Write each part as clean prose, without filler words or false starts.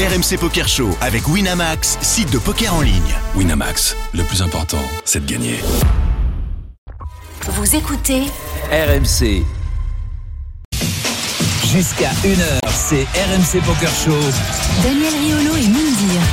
RMC Poker Show avec Winamax, site de poker en ligne. Winamax, le plus important, c'est de gagner. Vous écoutez RMC. Jusqu'à 1h, c'est RMC Poker Show. Daniel Riolo et Moundir.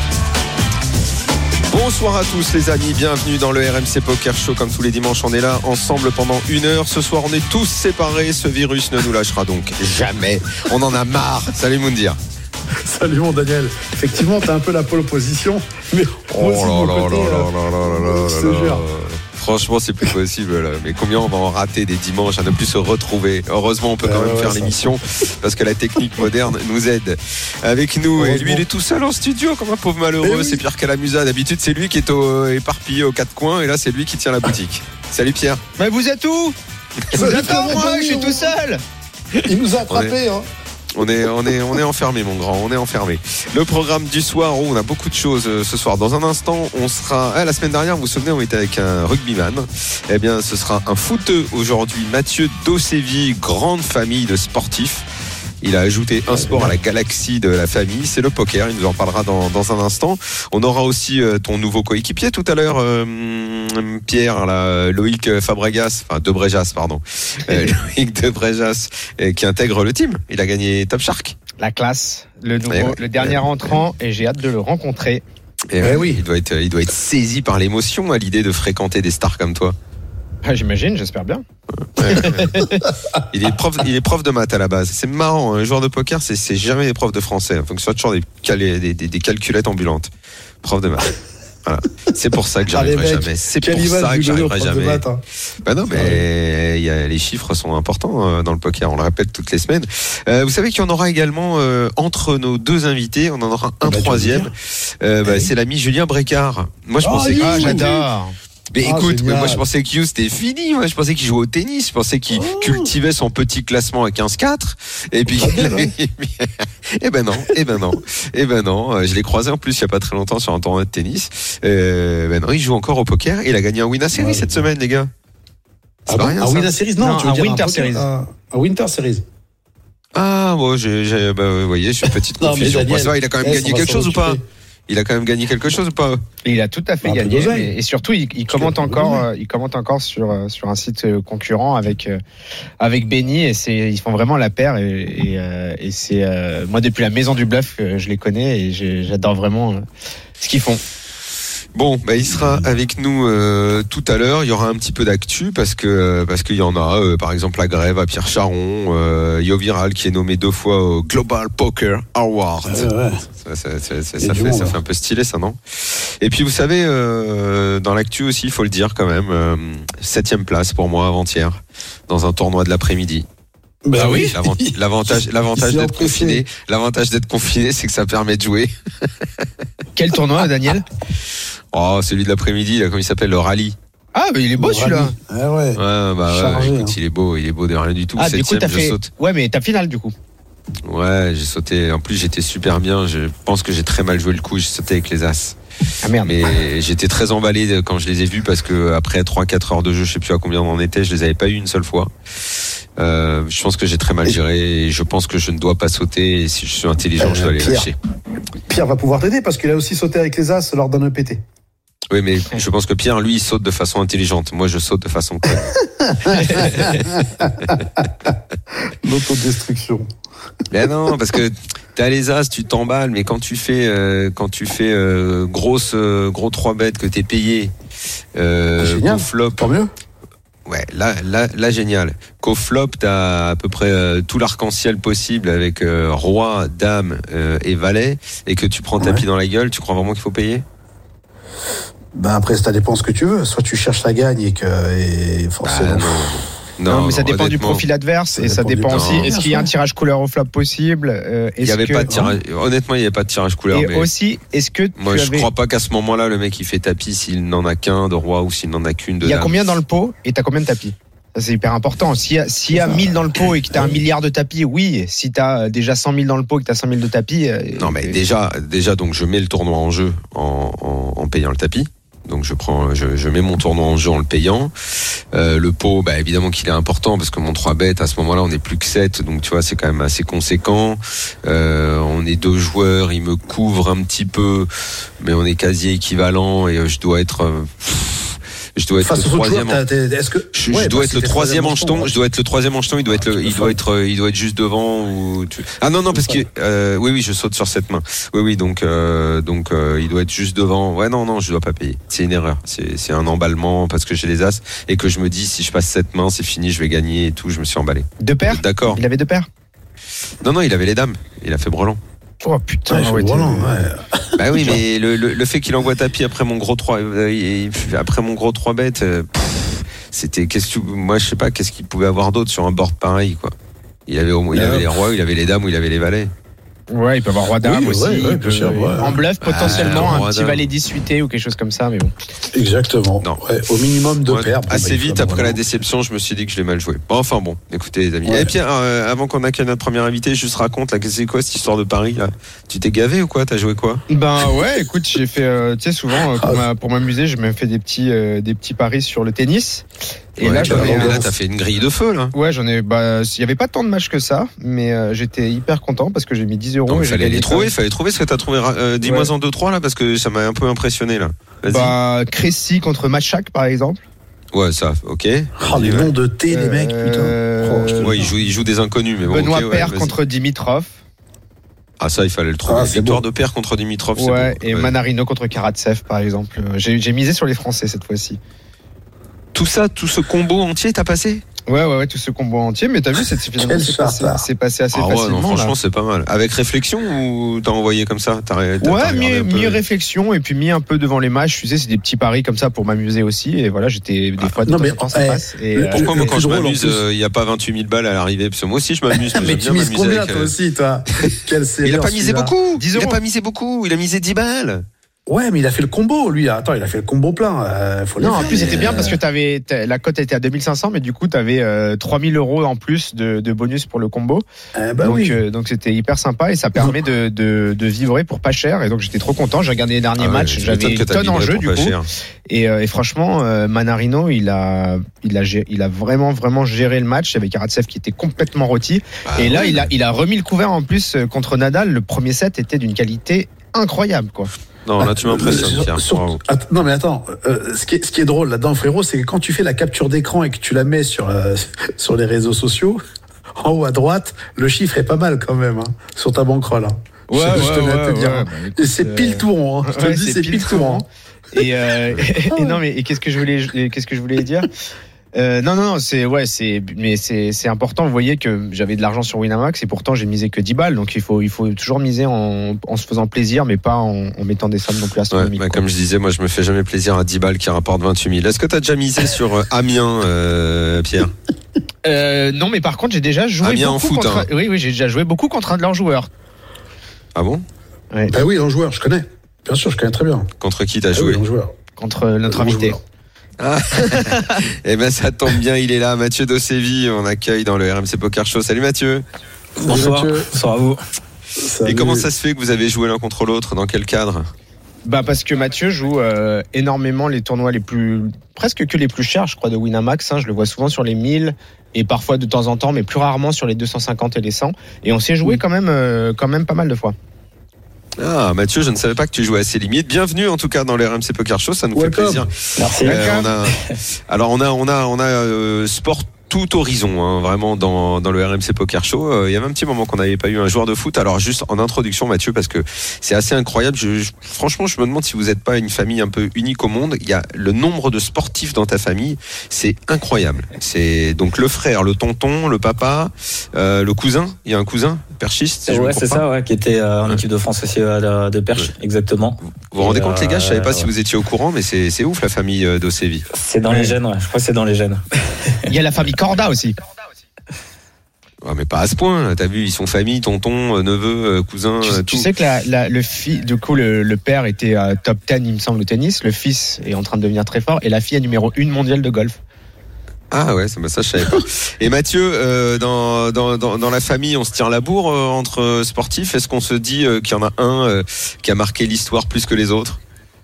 Bonsoir à tous les amis, bienvenue dans le RMC Poker Show. Comme tous les dimanches, on est là ensemble pendant 1 heure. Ce soir, on est tous séparés. Ce virus ne nous lâchera donc jamais. On en a marre. Salut Moundir. Salut mon Daniel. Effectivement, t'as un peu la pole position, mais moi aussi de mon côté, je te jure. Franchement, c'est plus possible là. Mais combien on va en rater des dimanches à ne plus se retrouver. Heureusement, on peut quand même faire l'émission parce que la technique moderne nous aide. Avec nous, et lui, il est tout seul en studio comme un pauvre malheureux. C'est Pierre Calamusa. D'habitude, c'est lui qui est éparpillé aux 4 coins, et là, c'est lui qui tient la boutique. Salut Pierre. Mais vous êtes où? Je vous attends, moi, je suis tout seul. Il nous a attrapés, hein. On est enfermé, mon grand, on est enfermé. Le programme du soir, on a beaucoup de choses ce soir. Dans un instant, on sera... la semaine dernière, vous vous souvenez, on était avec un rugbyman. Eh bien, ce sera un footeux aujourd'hui. Mathieu Dossévi, grande famille de sportifs. Il a ajouté un sport à la galaxie de la famille, c'est le poker. Il nous en parlera dans un instant. On aura aussi ton nouveau coéquipier tout à l'heure, Pierre, là, Loïc Fabregas, enfin Debrejas, pardon. Loïc Debrejas qui intègre le team. Il a gagné Top Shark. La classe, le dernier entrant, et j'ai hâte de le rencontrer. Et oui. Il doit être saisi par l'émotion à l'idée de fréquenter des stars comme toi. Ah, j'imagine, j'espère bien. Ouais. Il est prof de maths à la base. C'est marrant, un joueur de poker, c'est jamais des profs de français. Il faut que ce soit toujours des calculettes ambulantes. Prof de maths. Voilà. C'est pour ça que j'arriverai jamais. C'est pour ça que j'arriverai jamais. Bah non, mais les chiffres sont importants dans le poker. On le répète toutes les semaines. Vous savez qu'il y en aura également entre nos deux invités. On en aura un troisième. C'est l'ami Julien Brécard. Moi, je pensais que j'adore. Mais écoute, moi je pensais que Hughes c'était fini. Moi je pensais qu'il jouait au tennis. Je pensais qu'il cultivait son petit classement à 15-4. Et puis, eh ben non. Je l'ai croisé en plus il y a pas très longtemps sur un tournoi de tennis. Non, il joue encore au poker. Il a gagné un Winner Series cette semaine, les gars. C'est pas rien, ça. Winner Series, non, tu veux un dire Winter Series. Un Winter Series. Ah bon, vous voyez, j'ai une petite confusion. Daniel, il a quand même gagné quelque chose ou pas? Il a quand même gagné quelque chose ou pas? Il a tout à fait gagné, et surtout il commente encore sur un site concurrent avec Benny, et ils font vraiment la paire, et c'est moi depuis la maison du bluff que je les connais, et j'adore vraiment ce qu'ils font. Bon, il sera avec nous tout à l'heure. Il y aura un petit peu d'actu parce qu'il y en a. Par exemple, la grève à Pierre Charon, Yo Viral qui est nommé 2 fois au Global Poker Award. Ça fait un peu stylé, ça, non? Et puis, vous savez, dans l'actu aussi, il faut le dire quand même, 7e place pour moi avant-hier dans un tournoi de l'après-midi. Ben oui. L'avantage d'être confiné, c'est que ça permet de jouer. Quel tournoi, Daniel? Celui de l'après-midi, là, comment il s'appelle, le rallye. Ah, mais il est beau celui-là. Écoute, il est beau de rien du tout. Ah, du coup, je saute. Ouais, mais t'as finale du coup. Ouais, j'ai sauté. En plus, j'étais super bien. Je pense que j'ai très mal joué le coup. J'ai sauté avec les as. Ah merde. Mais j'étais très emballé quand je les ai vus parce que après 3-4 heures de jeu, je sais plus à combien on en était, je les avais pas eu une seule fois. Je pense que j'ai très mal géré et je pense que je ne dois pas sauter, et si je suis intelligent, je dois les lâcher. Pierre va pouvoir t'aider parce qu'il a aussi sauté avec les as lors d'un EPT. Oui, mais je pense que Pierre, lui, il saute de façon intelligente. Moi, je saute de façon conne. L'autodestruction. Mais non, parce que t'as les as, tu t'emballes, mais quand tu fais gros 3 bêtes que t'es payé, génial, flop. Tant mieux. Ouais, là génial. Qu'au flop, t'as à peu près tout l'arc-en-ciel possible avec roi, dame et valet, et que tu prends tapis dans la gueule, tu crois vraiment qu'il faut payer? Après, ça dépend ce que tu veux. Soit tu cherches la gagne et forcément. Non, mais ça dépend du profil adverse, et ça dépend aussi. Est-ce qu'il y a un tirage couleur au flop possible? Il n'y avait pas de tirage. Honnêtement, il n'y avait pas de tirage couleur. Et aussi, est-ce que moi, je crois pas qu'à ce moment-là, le mec il fait tapis s'il n'en a qu'un de roi ou s'il n'en a qu'une de dame. Il y a combien dans le pot et t'as combien de tapis? Ça, c'est hyper important. S'il y a 1000 dans le pot et que t'as 1 milliard de tapis, oui. Si t'as déjà 100 000 dans le pot et que t'as 100 000 de tapis. Non, mais déjà, donc je mets le tournoi en jeu en payant le tapis. Donc je mets mon tournoi en jeu en le payant. Le pot, évidemment qu'il est important parce que mon 3 bet à ce moment-là on n'est plus que 7, donc tu vois c'est quand même assez conséquent. On est 2 joueurs, il me couvre un petit peu, mais on est quasi équivalent et je dois être le troisième. Je dois être le troisième en jeton. Je dois être le troisième en jeton. Il doit être juste devant Ah non parce que oui, je saute sur cette main. Oui, donc il doit être juste devant. Ouais, non, je dois pas payer. C'est une erreur. C'est un emballement parce que j'ai les as et que je me dis si je passe cette main, c'est fini, je vais gagner et tout. Je me suis emballé. 2 paires. D'accord. Il avait 2 paires. Non, il avait les dames. Il a fait brelan. Oh putain, Bah oui, mais le fait qu'il envoie tapis après mon gros 3 bêtes, c'était moi je sais pas qu'est-ce qu'il pouvait avoir d'autre sur un board pareil quoi. Il avait les rois, il avait les dames ou il avait les valets. Ouais, il peut avoir roi dame aussi. En bluff potentiellement un petit dame. valet 18 ou quelque chose comme ça, mais bon. Exactement. Non. Ouais, au minimum 2 paires. Assez vite après la déception, je me suis dit que je l'ai mal joué. Bon, enfin bon, écoutez les amis. Et Pierre, avant qu'on accueille notre premier invité, juste raconte là, c'est quoi cette histoire de Paris là? Tu t'es gavé ou quoi? T'as joué quoi? Ben ouais, écoute, j'ai fait, tu sais, souvent pour m'amuser, je me fais des petits paris sur le tennis. Et là, t'as fait une grille de feu là. Ouais, il y avait pas tant de matchs que ça, mais j'étais hyper content parce que j'ai mis 10 €. Donc, il fallait trouver ce que t'as trouvé. Dis-moi en 2-3 là parce que ça m'a un peu impressionné là. Vas-y. Crécy contre Machak par exemple. Ouais, ça, ok. Les noms de thé, les mecs, putain. Ouais, il joue des inconnus, mais bon. Benoît Paire contre Dimitrov. Ah, ça, il fallait le trouver. Victoire de Paire contre Dimitrov, c'est ouais, bon. Et Manarino contre Karatsev, par exemple. J'ai misé sur les Français cette fois-ci. Tout ce combo entier, t'as passé? Ouais, tout ce combo entier, mais t'as vu, c'est passé assez facilement. Non, franchement, c'est pas mal. Avec réflexion ou t'as envoyé comme ça? Mis réflexion et puis mis un peu devant les matchs. Tu sais, c'est des petits paris comme ça pour m'amuser aussi. Et voilà, j'étais des fois de temps en temps ça passe. Pourquoi moi, quand je m'amuse, il n'y a pas 28 000 balles à l'arrivée? Parce que moi aussi, je m'amuse. Mais tu mises combien, toi aussi, toi? Il a pas misé beaucoup. 10 €. Il a pas misé beaucoup. Il a misé 10 balles. Ouais, mais il a fait le combo, lui. Attends, il a fait le combo plein. En plus, c'était bien parce que la cote était à 2500, mais du coup, t'avais 3000 € en plus de bonus pour le combo. Donc, c'était hyper sympa et ça permet de vivrer pour pas cher. Et donc, j'étais trop content. J'ai regardé les derniers matchs. J'avais une tonne en jeu, du coup. Et franchement, Manarino, il a vraiment, vraiment géré le match avec Karatsev qui était complètement rôti. Et là, il a remis le couvert en plus contre Nadal. Le premier set était d'une qualité incroyable, quoi. Non, là, tu m'impressionnes, Pierre. Non, mais attends. Ce qui est drôle là-dedans, frérot, c'est que quand tu fais la capture d'écran et que tu la mets sur les réseaux sociaux, en haut à droite, le chiffre est pas mal quand même, hein, sur ta banquerolle. Hein. Je tenais à te dire. Et c'est pile tout rond. Hein. Je te dis, c'est pile tout rond. Et non, mais qu'est-ce que je voulais dire? Non, c'est important. Vous voyez que j'avais de l'argent sur Winamax et pourtant j'ai misé que 10 balles. Donc il faut toujours miser en se faisant plaisir, mais pas en mettant des sommes non plus astronomiques. Comme je disais, moi je me fais jamais plaisir à 10 balles qui rapportent 28 000. Est-ce que t'as déjà misé sur Amiens, Pierre? Non, mais par contre j'ai déjà joué Amiens beaucoup en foot. Contre... Oui, j'ai déjà joué beaucoup contre un de leurs joueurs. Ah bon? Ouais. Ah oui, un joueur, je connais. Bien sûr, je connais très bien. Contre qui t'as joué? Oui, un joueur. Contre notre invité. Ah. Eh ben ça tombe bien, il est là, Mathieu Dossévi, on accueille dans le RMC Poker Show. Salut Mathieu. Bonsoir. Bonsoir à vous. Et comment ça se fait que vous avez joué l'un contre l'autre? Dans quel cadre? Parce que Mathieu joue énormément les tournois presque que les plus chers, je crois, de Winamax. Je le vois souvent sur les 1000 et parfois de temps en temps, mais plus rarement sur les 250 et les 100. Et on s'est joué quand même pas mal de fois. Ah, Mathieu, je ne savais pas que tu jouais à ces limites. Bienvenue en tout cas dans le RMC Poker Show, ça nous fait plaisir. Merci. On a sport tout horizon, hein, vraiment dans le RMC Poker Show. Il y avait un petit moment qu'on n'avait pas eu un joueur de foot. Alors juste en introduction, Mathieu, parce que c'est assez incroyable. Franchement, je me demande si vous n'êtes pas une famille un peu unique au monde. Il y a le nombre de sportifs dans ta famille, c'est incroyable. C'est donc le frère, le tonton, le papa, le cousin. Il y a un cousin, perchiste. Ouais, c'est ça, qui était en équipe de France aussi de perche, exactement. Vous vous rendez compte, les gars, je savais pas si vous étiez au courant, mais c'est ouf la famille d'Ossévi. C'est dans les gènes, ouais. Je crois que c'est dans les gènes. Il y a la famille Corda aussi. Ouais, mais pas à ce point. T'as vu, ils sont famille, tonton, neveu, cousin. Tu sais que le père était top 10, il me semble, au tennis. Le fils est en train de devenir très fort et la fille est numéro 1 mondiale de golf. Ah ouais, ça je savais pas. Et Mathieu, dans la famille, on se tire la bourre entre sportifs. Est-ce qu'on se dit qu'il y en a un qui a marqué l'histoire plus que les autres?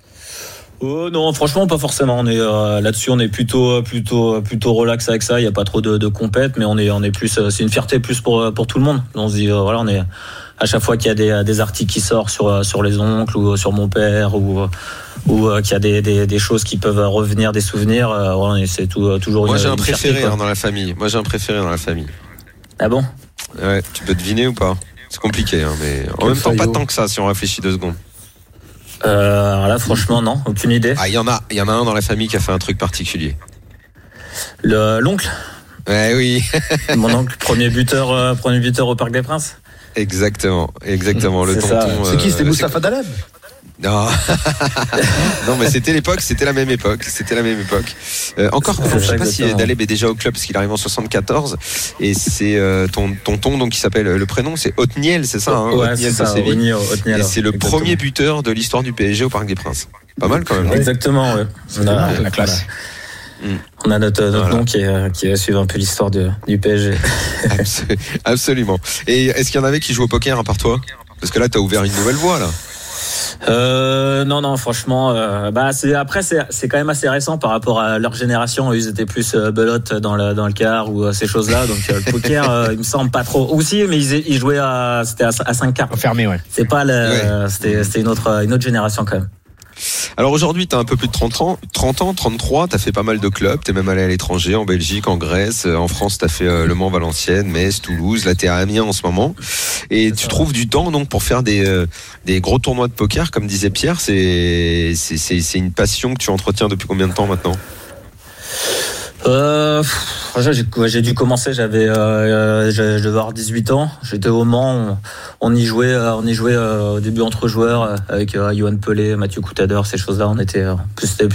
Non, franchement, pas forcément. On est là-dessus, on est plutôt relax avec ça. Il y a pas trop de compète, mais on est plus. C'est une fierté plus pour tout le monde. On se dit, voilà, à chaque fois qu'il y a des articles qui sortent sur les oncles ou sur mon père ou qu'il y a des choses qui peuvent revenir, des souvenirs, c'est toujours. Moi, j'ai un une préféré fierté, dans la famille. Ah bon? Ouais, tu peux deviner ou pas? C'est compliqué, hein, mais en même temps, pas tant que ça si on réfléchit 2 secondes. Alors là, franchement, non, aucune idée. Ah, il y en a un dans la famille qui a fait un truc particulier. L'oncle? Ouais, oui. Mon oncle, premier buteur au Parc des Princes. Exactement. Le C'est tonton. ça. C'est qui? C'était Moustapha Daleb? Non. Non, mais c'était la même époque. Encore, je sais pas si Daleb est déjà au club parce qu'il arrive en 74 et c'est ton tonton donc qui s'appelle, le prénom c'est Othniel, c'est ça, hein? Ouais, Othniel c'est ça, Othniel. Othniel, Et c'est le exactement. premier buteur de l'histoire du PSG au Parc des Princes. Pas mal quand même. Exactement, ouais. On a la classe. On a notre Voilà. nom qui va suivre un peu l'histoire du PSG. Absolument. Et est-ce qu'il y en avait qui jouent au poker à part toi? Parce que là, t'as ouvert une nouvelle voie là. Non, franchement, c'est quand même assez récent par rapport à leur génération. Ils étaient plus belote dans le quart ou ces choses-là. Donc le poker, il me semble pas trop. Aussi, mais ils jouaient c'était à 5 cartes. Fermé, ouais. C'est pas c'était une autre génération quand même. Alors aujourd'hui, t'as un peu plus de 30 ans, 33, t'as fait pas mal de clubs, t'es même allé à l'étranger, en Belgique, en Grèce, en France, t'as fait Le Mans, Valenciennes, Metz, Toulouse, là t'es à Amiens en ce moment. Et tu trouves du temps donc pour faire des gros tournois de poker, comme disait Pierre, c'est une passion que tu entretiens depuis combien de temps maintenant? J'ai dû commencer, je devais avoir 18 ans. J'étais au Mans, on y jouait au début entre joueurs avec Johan Pelé, Mathieu Coutadeur, ces choses-là. C'était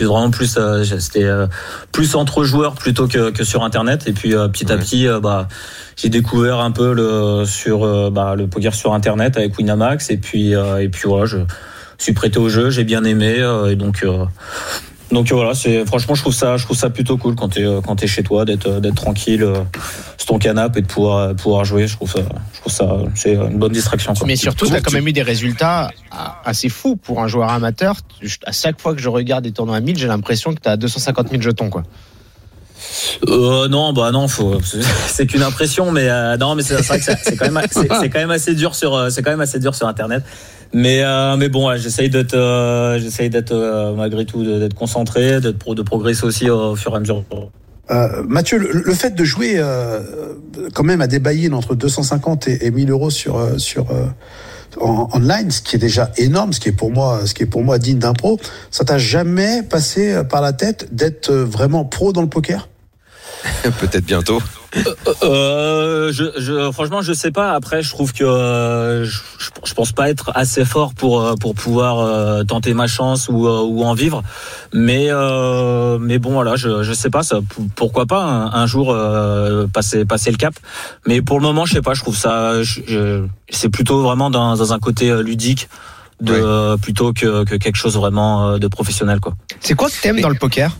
plus entre joueurs plutôt que sur Internet. Et puis petit à petit, j'ai découvert un peu le poker sur Internet avec Winamax. Et puis voilà, je suis prêté au jeu, j'ai bien aimé et donc voilà, franchement je trouve ça plutôt cool quand t'es chez toi d'être tranquille sur ton canapé et de pouvoir jouer. Je trouve ça c'est une bonne distraction, quoi. Mais surtout, t'as quand même eu des résultats assez fous pour un joueur amateur. À chaque fois que je regarde des tournois à 1000, j'ai l'impression que t'as 250 000 jetons, quoi. Non, c'est qu'une impression, mais non, mais c'est vrai que c'est quand même assez dur sur Internet. Mais bon, ouais, j'essaye d'être malgré tout d'être concentré, de progresser aussi au fur et à mesure. Mathieu, le fait de jouer quand même à des buy-in entre 250 et 1000 euros en online, ce qui est déjà énorme, ce qui est pour moi digne d'un pro, ça t'a jamais passé par la tête d'être vraiment pro dans le poker? Peut-être bientôt. Franchement, je sais pas. Après, je trouve que je pense pas être assez fort pour pouvoir tenter ma chance ou en vivre. Mais bon, voilà, je sais pas. Ça, pourquoi pas un jour passer le cap. Mais pour le moment, je sais pas. Je trouve ça. C'est plutôt vraiment dans un côté ludique plutôt que quelque chose vraiment de professionnel, quoi. C'est quoi que t'aimes dans le poker?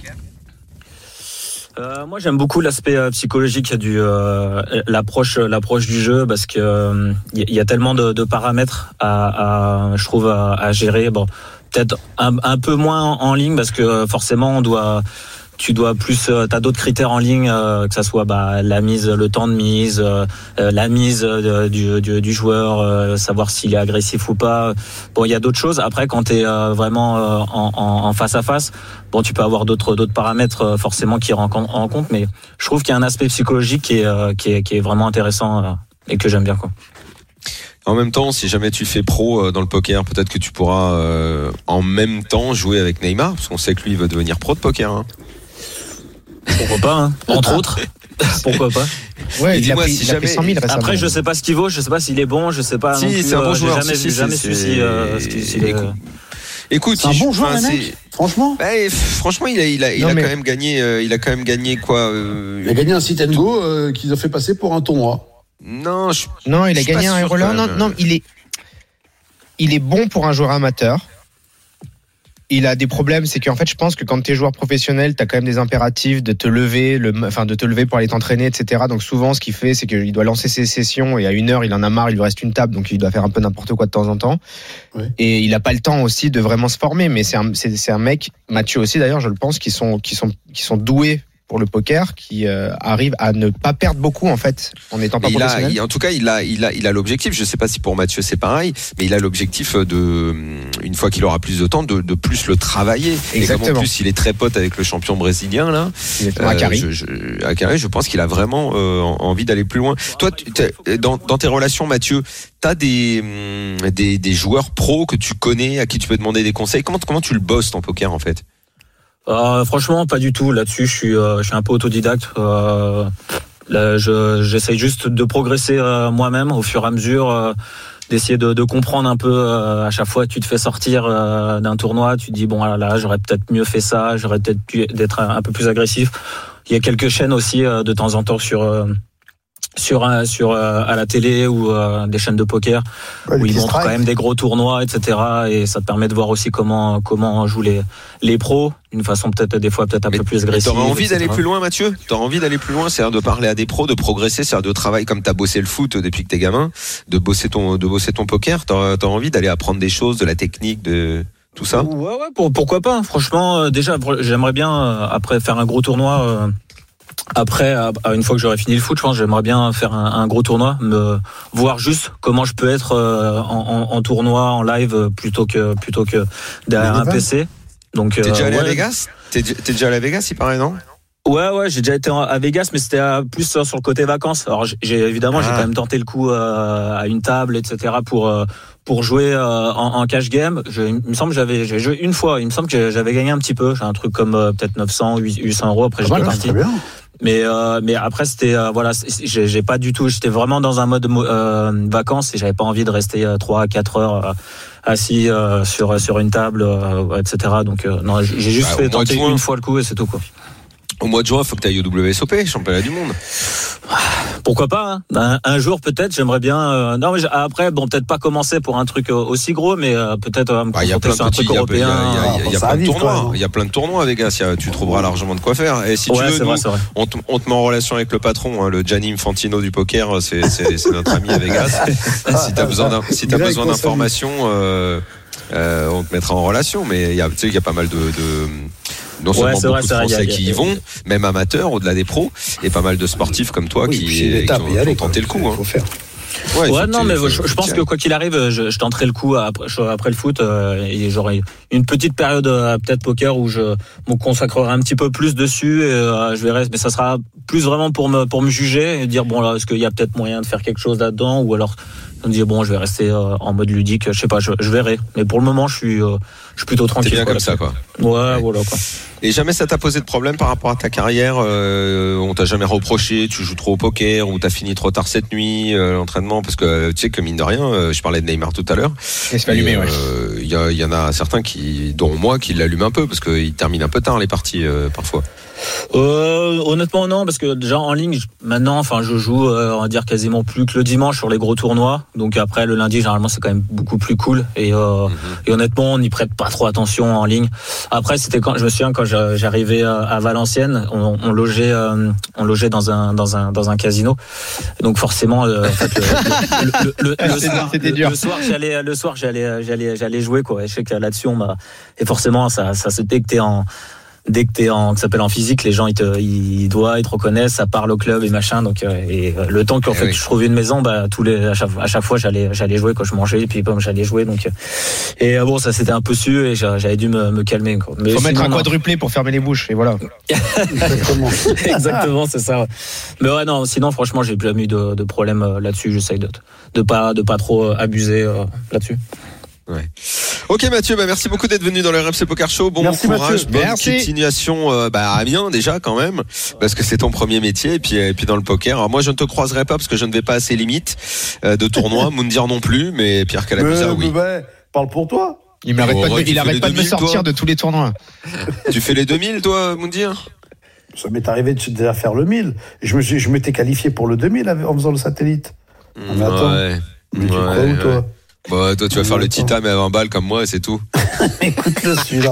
Moi, j'aime beaucoup l'aspect psychologique l'approche du jeu, parce que il y a tellement de paramètres je trouve à gérer. Bon, peut-être un peu moins en ligne, parce que forcément tu dois plus, t'as d'autres critères en ligne, que ça soit la mise, le temps de mise, la mise du joueur, savoir s'il est agressif ou pas. Bon, il y a d'autres choses. Après, quand t'es vraiment en face à face, bon, tu peux avoir d'autres paramètres forcément qui rentrent en compte, mais je trouve qu'il y a un aspect psychologique qui est vraiment intéressant et que j'aime bien, quoi. En même temps, si jamais tu fais pro dans le poker, peut-être que tu pourras en même temps jouer avec Neymar, parce qu'on sait que lui il veut devenir pro de poker, hein. Pourquoi pas, hein. Entre autres. Pourquoi pas. Ouais, il a pris 100 000 récemment. Après, je sais pas ce qu'il vaut, je sais pas s'il est bon, je sais pas. Si, non plus, c'est un bon joueur. J'ai jamais su s'il est. Écoute, C'est un bon joueur, le mec. Franchement. Franchement, il a quand même gagné. Il a quand même gagné quoi Il a gagné un sit and go qu'ils ont fait passer pour un tournoi. Non, il a suis gagné pas un sûr, roller. quand même. Non, il est bon pour un joueur amateur. Il a des problèmes, c'est qu'en fait, je pense que quand t'es joueur professionnel, t'as quand même des impératifs de te lever, pour aller t'entraîner, etc. Donc souvent, ce qu'il fait, c'est qu'il doit lancer ses sessions et à 1 heure, il en a marre, il lui reste une table, donc il doit faire un peu n'importe quoi de temps en temps. Oui. Et il a pas le temps aussi de vraiment se former. Mais c'est un mec, Mathieu aussi d'ailleurs, je le pense, qui sont doués pour le poker qui arrive à ne pas perdre beaucoup en fait en étant pas professionnel. En tout cas, il a l'objectif. Je sais pas si pour Mathieu c'est pareil, mais il a l'objectif une fois qu'il aura plus de temps, de plus le travailler. Exactement. Et comme en plus il est très pote avec le champion brésilien là, Akari. Je pense qu'il a vraiment envie d'aller plus loin. Toi, dans tes relations, Mathieu, t'as des joueurs pros que tu connais, à qui tu peux demander des conseils. Comment tu le bosses ton poker en fait? Franchement, pas du tout. Là-dessus, je suis un peu autodidacte. Là, j'essaye juste de progresser moi-même au fur et à mesure, d'essayer de comprendre un peu. À chaque fois que tu te fais sortir d'un tournoi, tu te dis bon là, j'aurais peut-être mieux fait ça, j'aurais peut-être pu d'être un peu plus agressif. Il y a quelques chaînes aussi de temps en temps sur à la télé ou des chaînes de poker où ils montrent quand même des gros tournois, etc. Et ça te permet de voir aussi comment jouent les pros d'une façon peut-être un peu plus agressive. T'aurais envie d'aller plus loin, Mathieu? T'aurais envie d'aller plus loin, c'est-à-dire de parler à des pros, de progresser, c'est-à-dire de travailler comme t'as bossé le foot depuis que t'es gamin, de bosser ton poker. T'aurais envie d'aller apprendre des choses, de la technique, de tout ça? Ouais, pourquoi pas. Franchement, déjà, j'aimerais bien après faire un gros tournoi. Après, une fois que j'aurai fini le foot, je pense que j'aimerais bien faire un gros tournoi, me voir juste comment je peux être en tournoi, en live, plutôt que derrière un PC. Donc, t'es déjà allé à Vegas? T'es déjà allé à Vegas, il paraît, non? Ouais, j'ai déjà été à Vegas, mais c'était plus sur le côté vacances. Alors, j'ai quand même tenté le coup à une table, etc. pour jouer en cash game. Il me semble que j'ai joué une fois. Il me semble que j'avais gagné un petit peu. J'ai un truc comme peut-être 900, 800 euros. Après, j'étais parti. Mais après c'était j'ai pas du tout, j'étais vraiment dans un mode vacances et j'avais pas envie de rester 3-4 heures assis sur une table, etc. Donc non, j'ai juste fait tenter une fois le coup et c'est tout quoi. Au mois de juin, il faut que tu ailles au WSOP, championnat du monde. Pourquoi pas, hein. Un jour peut-être, j'aimerais bien. Non, mais après, bon, peut-être pas commencer pour un truc aussi gros, mais peut-être me concentrer sur un truc européen. Il y a plein de tournois. Il y a plein de tournois à Vegas. Tu trouveras largement de quoi faire. Et si tu veux, on te met en relation avec le patron, le Gianni Infantino du poker. C'est notre ami à Vegas. Si t'as besoin d'informations, on te mettra en relation. Mais il y a pas mal de non seulement beaucoup de Français qui y vont, même amateurs, au-delà des pros, et pas mal de sportifs comme toi qui ont tenté le coup. Faut faire. Non, mais je pense que quoi qu'il arrive, je tenterai le coup après le foot et j'aurai une petite période peut-être poker où je me consacrerai un petit peu plus dessus et je verrai, mais ça sera plus vraiment pour me juger et dire bon là, est-ce qu'il y a peut-être moyen de faire quelque chose là-dedans ou alors me dire bon je vais rester en mode ludique, je sais pas, je verrai, mais pour le moment je suis plutôt tranquille. C'est bien comme ça quoi. Ouais, voilà quoi. Et jamais ça t'a posé de problème par rapport à ta carrière? On t'a jamais reproché, tu joues trop au poker ou t'as fini trop tard cette nuit, l'entraînement? Parce que tu sais que mine de rien, je parlais de Neymar tout à l'heure. Il se fait allumer, il y en a certains dont moi, qui l'allument un peu parce qu'ils terminent un peu tard les parties parfois. Honnêtement non, parce que déjà en ligne maintenant, je joue on va dire quasiment plus que le dimanche sur les gros tournois. Donc après le lundi généralement c'est quand même beaucoup plus cool et honnêtement on n'y prête pas trop attention en ligne. Après c'était quand je me souviens quand j'arrivais à Valenciennes, on logeait dans un casino. Donc forcément en fait, le soir j'allais jouer quoi. Et je sais que là-dessus et forcément ça c'était que dès que t'es ça s'appelle en physique, les gens ils te reconnaissent, ça parle au club et machin. Donc le temps qu'en fait je trouve une maison, à chaque fois j'allais jouer quand je mangeais et puis j'allais jouer. Donc bon ça c'était un peu su et j'avais dû me calmer quoi. Mais faut mettre un quadruplé pour fermer les bouches et voilà. Exactement, c'est ça. Ouais. Mais ouais non, sinon franchement j'ai jamais eu de problème là-dessus. J'essaye de pas trop abuser là-dessus. Ouais. Ok Mathieu, merci beaucoup d'être venu dans le RMC Poker Show. Bon courage, bonne continuation à Amiens déjà quand même, parce que c'est ton premier métier et puis dans le poker. Alors moi je ne te croiserai pas parce que je ne vais pas à ces limites de tournoi, Moundir non plus, mais Pierre Calamusa oui. Parle pour toi. Il n'arrête pas de me sortir de tous les tournois. Tu fais les 2000 toi Moundir? Ça m'est arrivé de déjà faire le 1000. Je m'étais qualifié pour le 2000 en faisant le satellite. Mais attends, mais tu crois où toi? Toi tu vas faire le Tita mais à 20 balles comme moi et c'est tout. Écoute-le celui-là.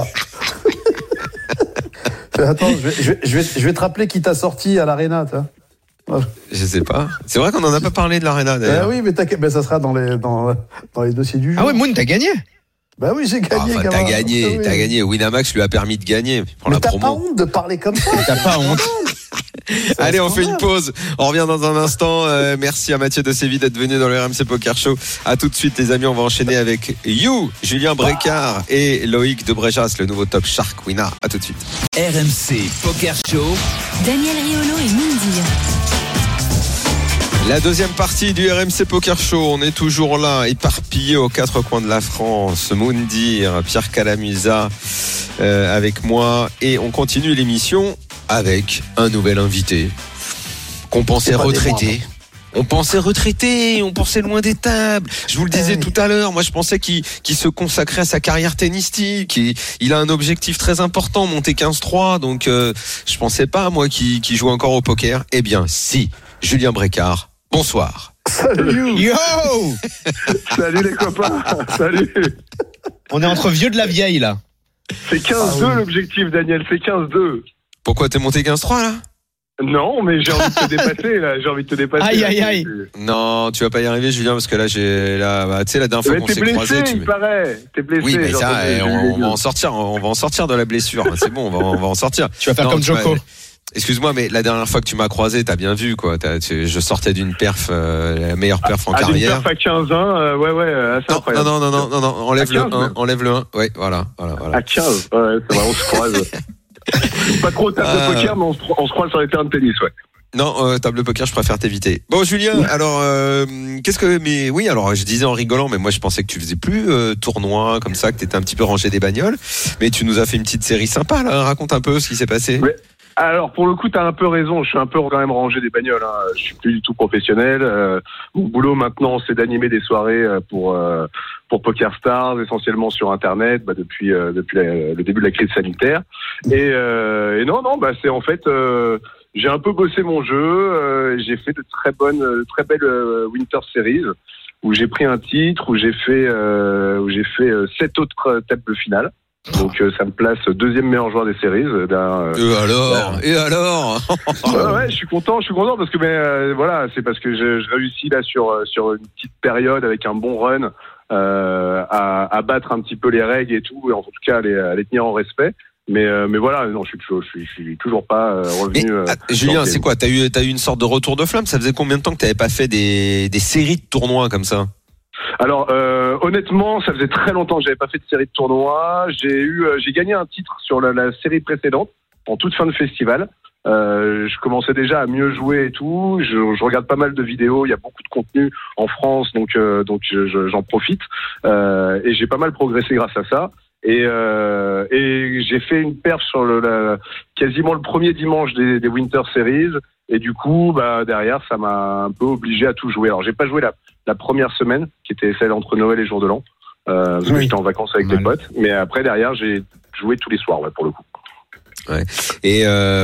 Attends, je vais te rappeler qui t'a sorti à l'Arena. Je sais pas. C'est vrai qu'on en a pas parlé de l'Arena d'ailleurs. Oui, mais ça sera dans les dossiers du jeu. Ah ouais, Moon, t'as gagné? Bah oui, j'ai gagné. Enfin, t'as gagné. Winamax lui a permis de gagner. Pour mais la t'as promo. pas honte de parler comme ça. T'as pas honte. Allez, on fait une pause. On revient dans un instant. Merci à Mathieu de Séville d'être venu dans le RMC Poker Show. À tout de suite, les amis. On va enchaîner avec Julien Brécard et Loïc de Bréjas, le nouveau Top Shark winner. À tout de suite. RMC Poker Show. Daniel Riolo et Mindir. La deuxième partie du RMC Poker Show, on est toujours là, éparpillés aux quatre coins de la France. Moundir, Pierre Calamusa avec moi, et on continue l'émission avec un nouvel invité qu'on pensait retraité. On pensait retraité, on pensait loin des tables. Je vous le disais tout à l'heure, moi je pensais qu'il se consacrait à sa carrière tennistique. Il a un objectif très important, monter 15-3, donc je pensais pas moi qu'il joue encore au poker. Eh bien si, Julien Brécard. Bonsoir. Salut. Yo. Salut les copains. Salut. On est entre vieux de la vieille là. C'est 15-2 l'objectif, Daniel. C'est 15-2. Pourquoi t'es monté 15-3 là ? Non, mais j'ai envie de te dépasser là. Aïe. Non, tu vas pas y arriver, Julien, parce que là, tu sais, la dernière fois qu'on s'est croisés, il paraît. T'es blessé. Oui, mais ça, on va en sortir. On va en sortir de la blessure. C'est bon, on va en sortir. Tu vas faire comme Joko. Excuse-moi, mais la dernière fois que tu m'as croisé, t'as bien vu, quoi. Je sortais d'une perf, la meilleure perf en carrière. D'une perf à 15-1, ouais, assez incroyable. Non, enlève le 1. Ouais, voilà. À 15, ouais, c'est vrai, on se croise. Pas trop table de poker, mais on se croise sur les terrains de tennis, ouais. Non, table de poker, je préfère t'éviter. Bon, Julien, alors, alors, je disais en rigolant, mais moi, je pensais que tu faisais plus tournoi, comme ça, que t'étais un petit peu rangé des bagnoles. Mais tu nous as fait une petite série sympa, là. Raconte un peu ce qui s'est passé. Ouais. Alors, pour le coup, t'as un peu raison. Je suis un peu quand même rangé des bagnoles. Je suis plus du tout professionnel. Mon boulot maintenant, c'est d'animer des soirées pour Poker Stars, essentiellement sur Internet, depuis le début de la crise sanitaire. Et non, c'est en fait, j'ai un peu bossé mon jeu. J'ai fait de très belles Winter Series où j'ai pris un titre, où j'ai fait 7 autres tables finales. Donc ça me place deuxième meilleur joueur des séries. Et alors ouais, je suis content parce que voilà, c'est parce que je réussis là sur une petite période avec un bon run à battre un petit peu les règles et tout, et en tout cas à les tenir en respect. Mais voilà, non, je suis toujours pas revenu. Julien, c'est quoi ? T'as eu une sorte de retour de flamme. Ça faisait combien de temps que t'avais pas fait des séries de tournois comme ça ? Alors honnêtement, ça faisait très longtemps que j'avais pas fait de série de tournois. J'ai gagné un titre sur la série précédente en toute fin de festival. Je commençais déjà à mieux jouer et tout. Je regarde pas mal de vidéos. Il y a beaucoup de contenu en France, donc j'en profite. Et j'ai pas mal progressé grâce à ça. Et j'ai fait une perf sur quasiment le premier dimanche des Winter Series. Et du coup, derrière, ça m'a un peu obligé à tout jouer. Alors, j'ai pas joué la première semaine, qui était celle entre Noël et Jour de l'An, parce que j'étais en vacances avec des potes. Mais après, derrière, j'ai joué tous les soirs, pour le coup. Ouais. Et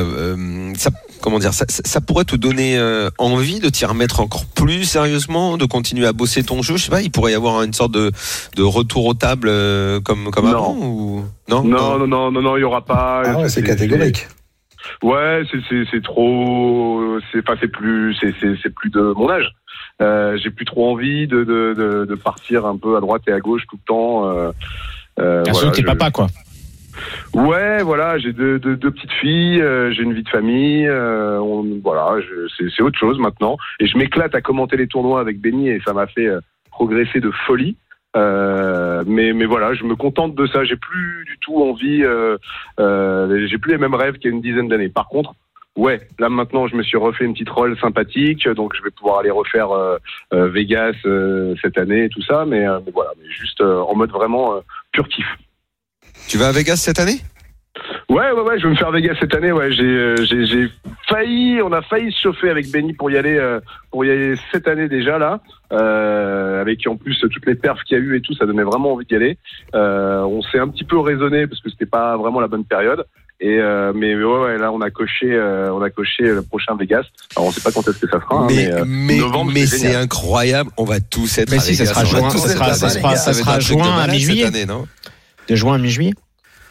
ça pourrait te donner envie de t'y remettre encore plus sérieusement, de continuer à bosser ton jeu. Je sais pas, il pourrait y avoir une sorte de retour aux tables comme avant ou non, il y aura pas. Ah ouais, c'est catégorique. Ouais, c'est trop. C'est plus de mon âge. J'ai plus trop envie de partir un peu à droite et à gauche tout le temps. Voilà, t'es papa, quoi. Ouais, voilà, j'ai deux petites filles, j'ai une vie de famille, c'est autre chose maintenant. Et je m'éclate à commenter les tournois avec Benny et ça m'a fait progresser de folie. Mais voilà, je me contente de ça. J'ai plus du tout envie, j'ai plus les mêmes rêves qu'il y a une dizaine d'années. Par contre, ouais, là maintenant, je me suis refait une petite roll sympathique, donc je vais pouvoir aller refaire Vegas cette année et tout ça. Mais voilà, mais juste en mode vraiment pur kiff. Tu vas à Vegas cette année ? Ouais, je vais me faire Vegas cette année. Ouais, on a failli se chauffer avec Benny pour y aller cette année déjà là, avec en plus toutes les perfs qu'il y a eu et tout, ça donnait vraiment envie d'y aller. On s'est un petit peu raisonné parce que c'était pas vraiment la bonne période. Mais là on a coché le prochain Vegas. Alors on sait pas quand est-ce que ça sera. Mais novembre, c'est incroyable. On va tous être. Mais à si, Vegas. ça sera juin. Ça sera juin à mi-juillet. Cette année, non ? De juin à mi-juillet.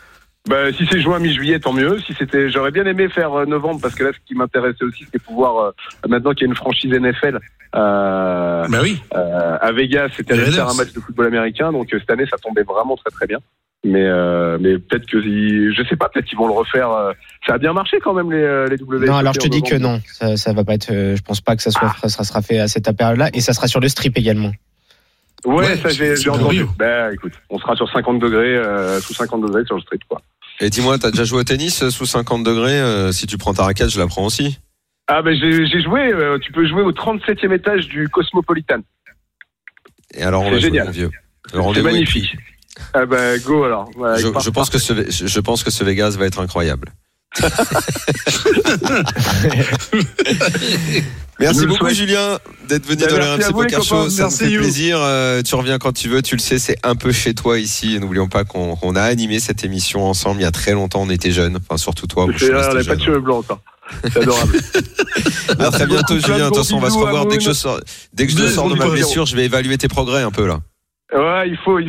Bah, si c'est juin, mi-juillet, tant mieux. J'aurais bien aimé faire novembre, parce que là, ce qui m'intéressait aussi, c'était pouvoir, maintenant qu'il y a une franchise NFL, à Vegas, c'était aller faire un match de football américain. Donc, cette année, ça tombait vraiment très très bien. Mais peut-être que, je sais pas, peut-être qu'ils vont le refaire. Ça a bien marché quand même, les WSOP. Non, alors je te dis que non. Ça va pas être, je pense pas que ça sera fait à cette période-là. Et ça sera sur le strip également. Ouais, ça j'ai entendu. Bah écoute, on sera sur 50 degrés, sous 50 degrés sur le strip, quoi. Et dis-moi, t'as déjà joué au tennis sous 50 degrés? Si tu prends ta raquette, je la prends aussi. Ah ben j'ai joué, tu peux jouer au 37e étage du Cosmopolitan. Et alors on va jouer, mon vieux. C'est magnifique. Ah ben go alors. Ouais, je pense que ce Vegas va être incroyable. Merci beaucoup Julien d'être venu dans le RMC Poker Show, ça me fait plaisir. Tu reviens quand tu veux, tu le sais, c'est un peu chez toi ici. Et n'oublions pas qu'on a animé cette émission ensemble il y a très longtemps, on était jeunes, enfin surtout toi. On n'avait pas de cheveux blancs encore. C'est adorable. À très bientôt Julien, de toute façon on va se revoir dès que je sors de ma blessure, je vais évaluer tes progrès un peu là. Ouais, il faut.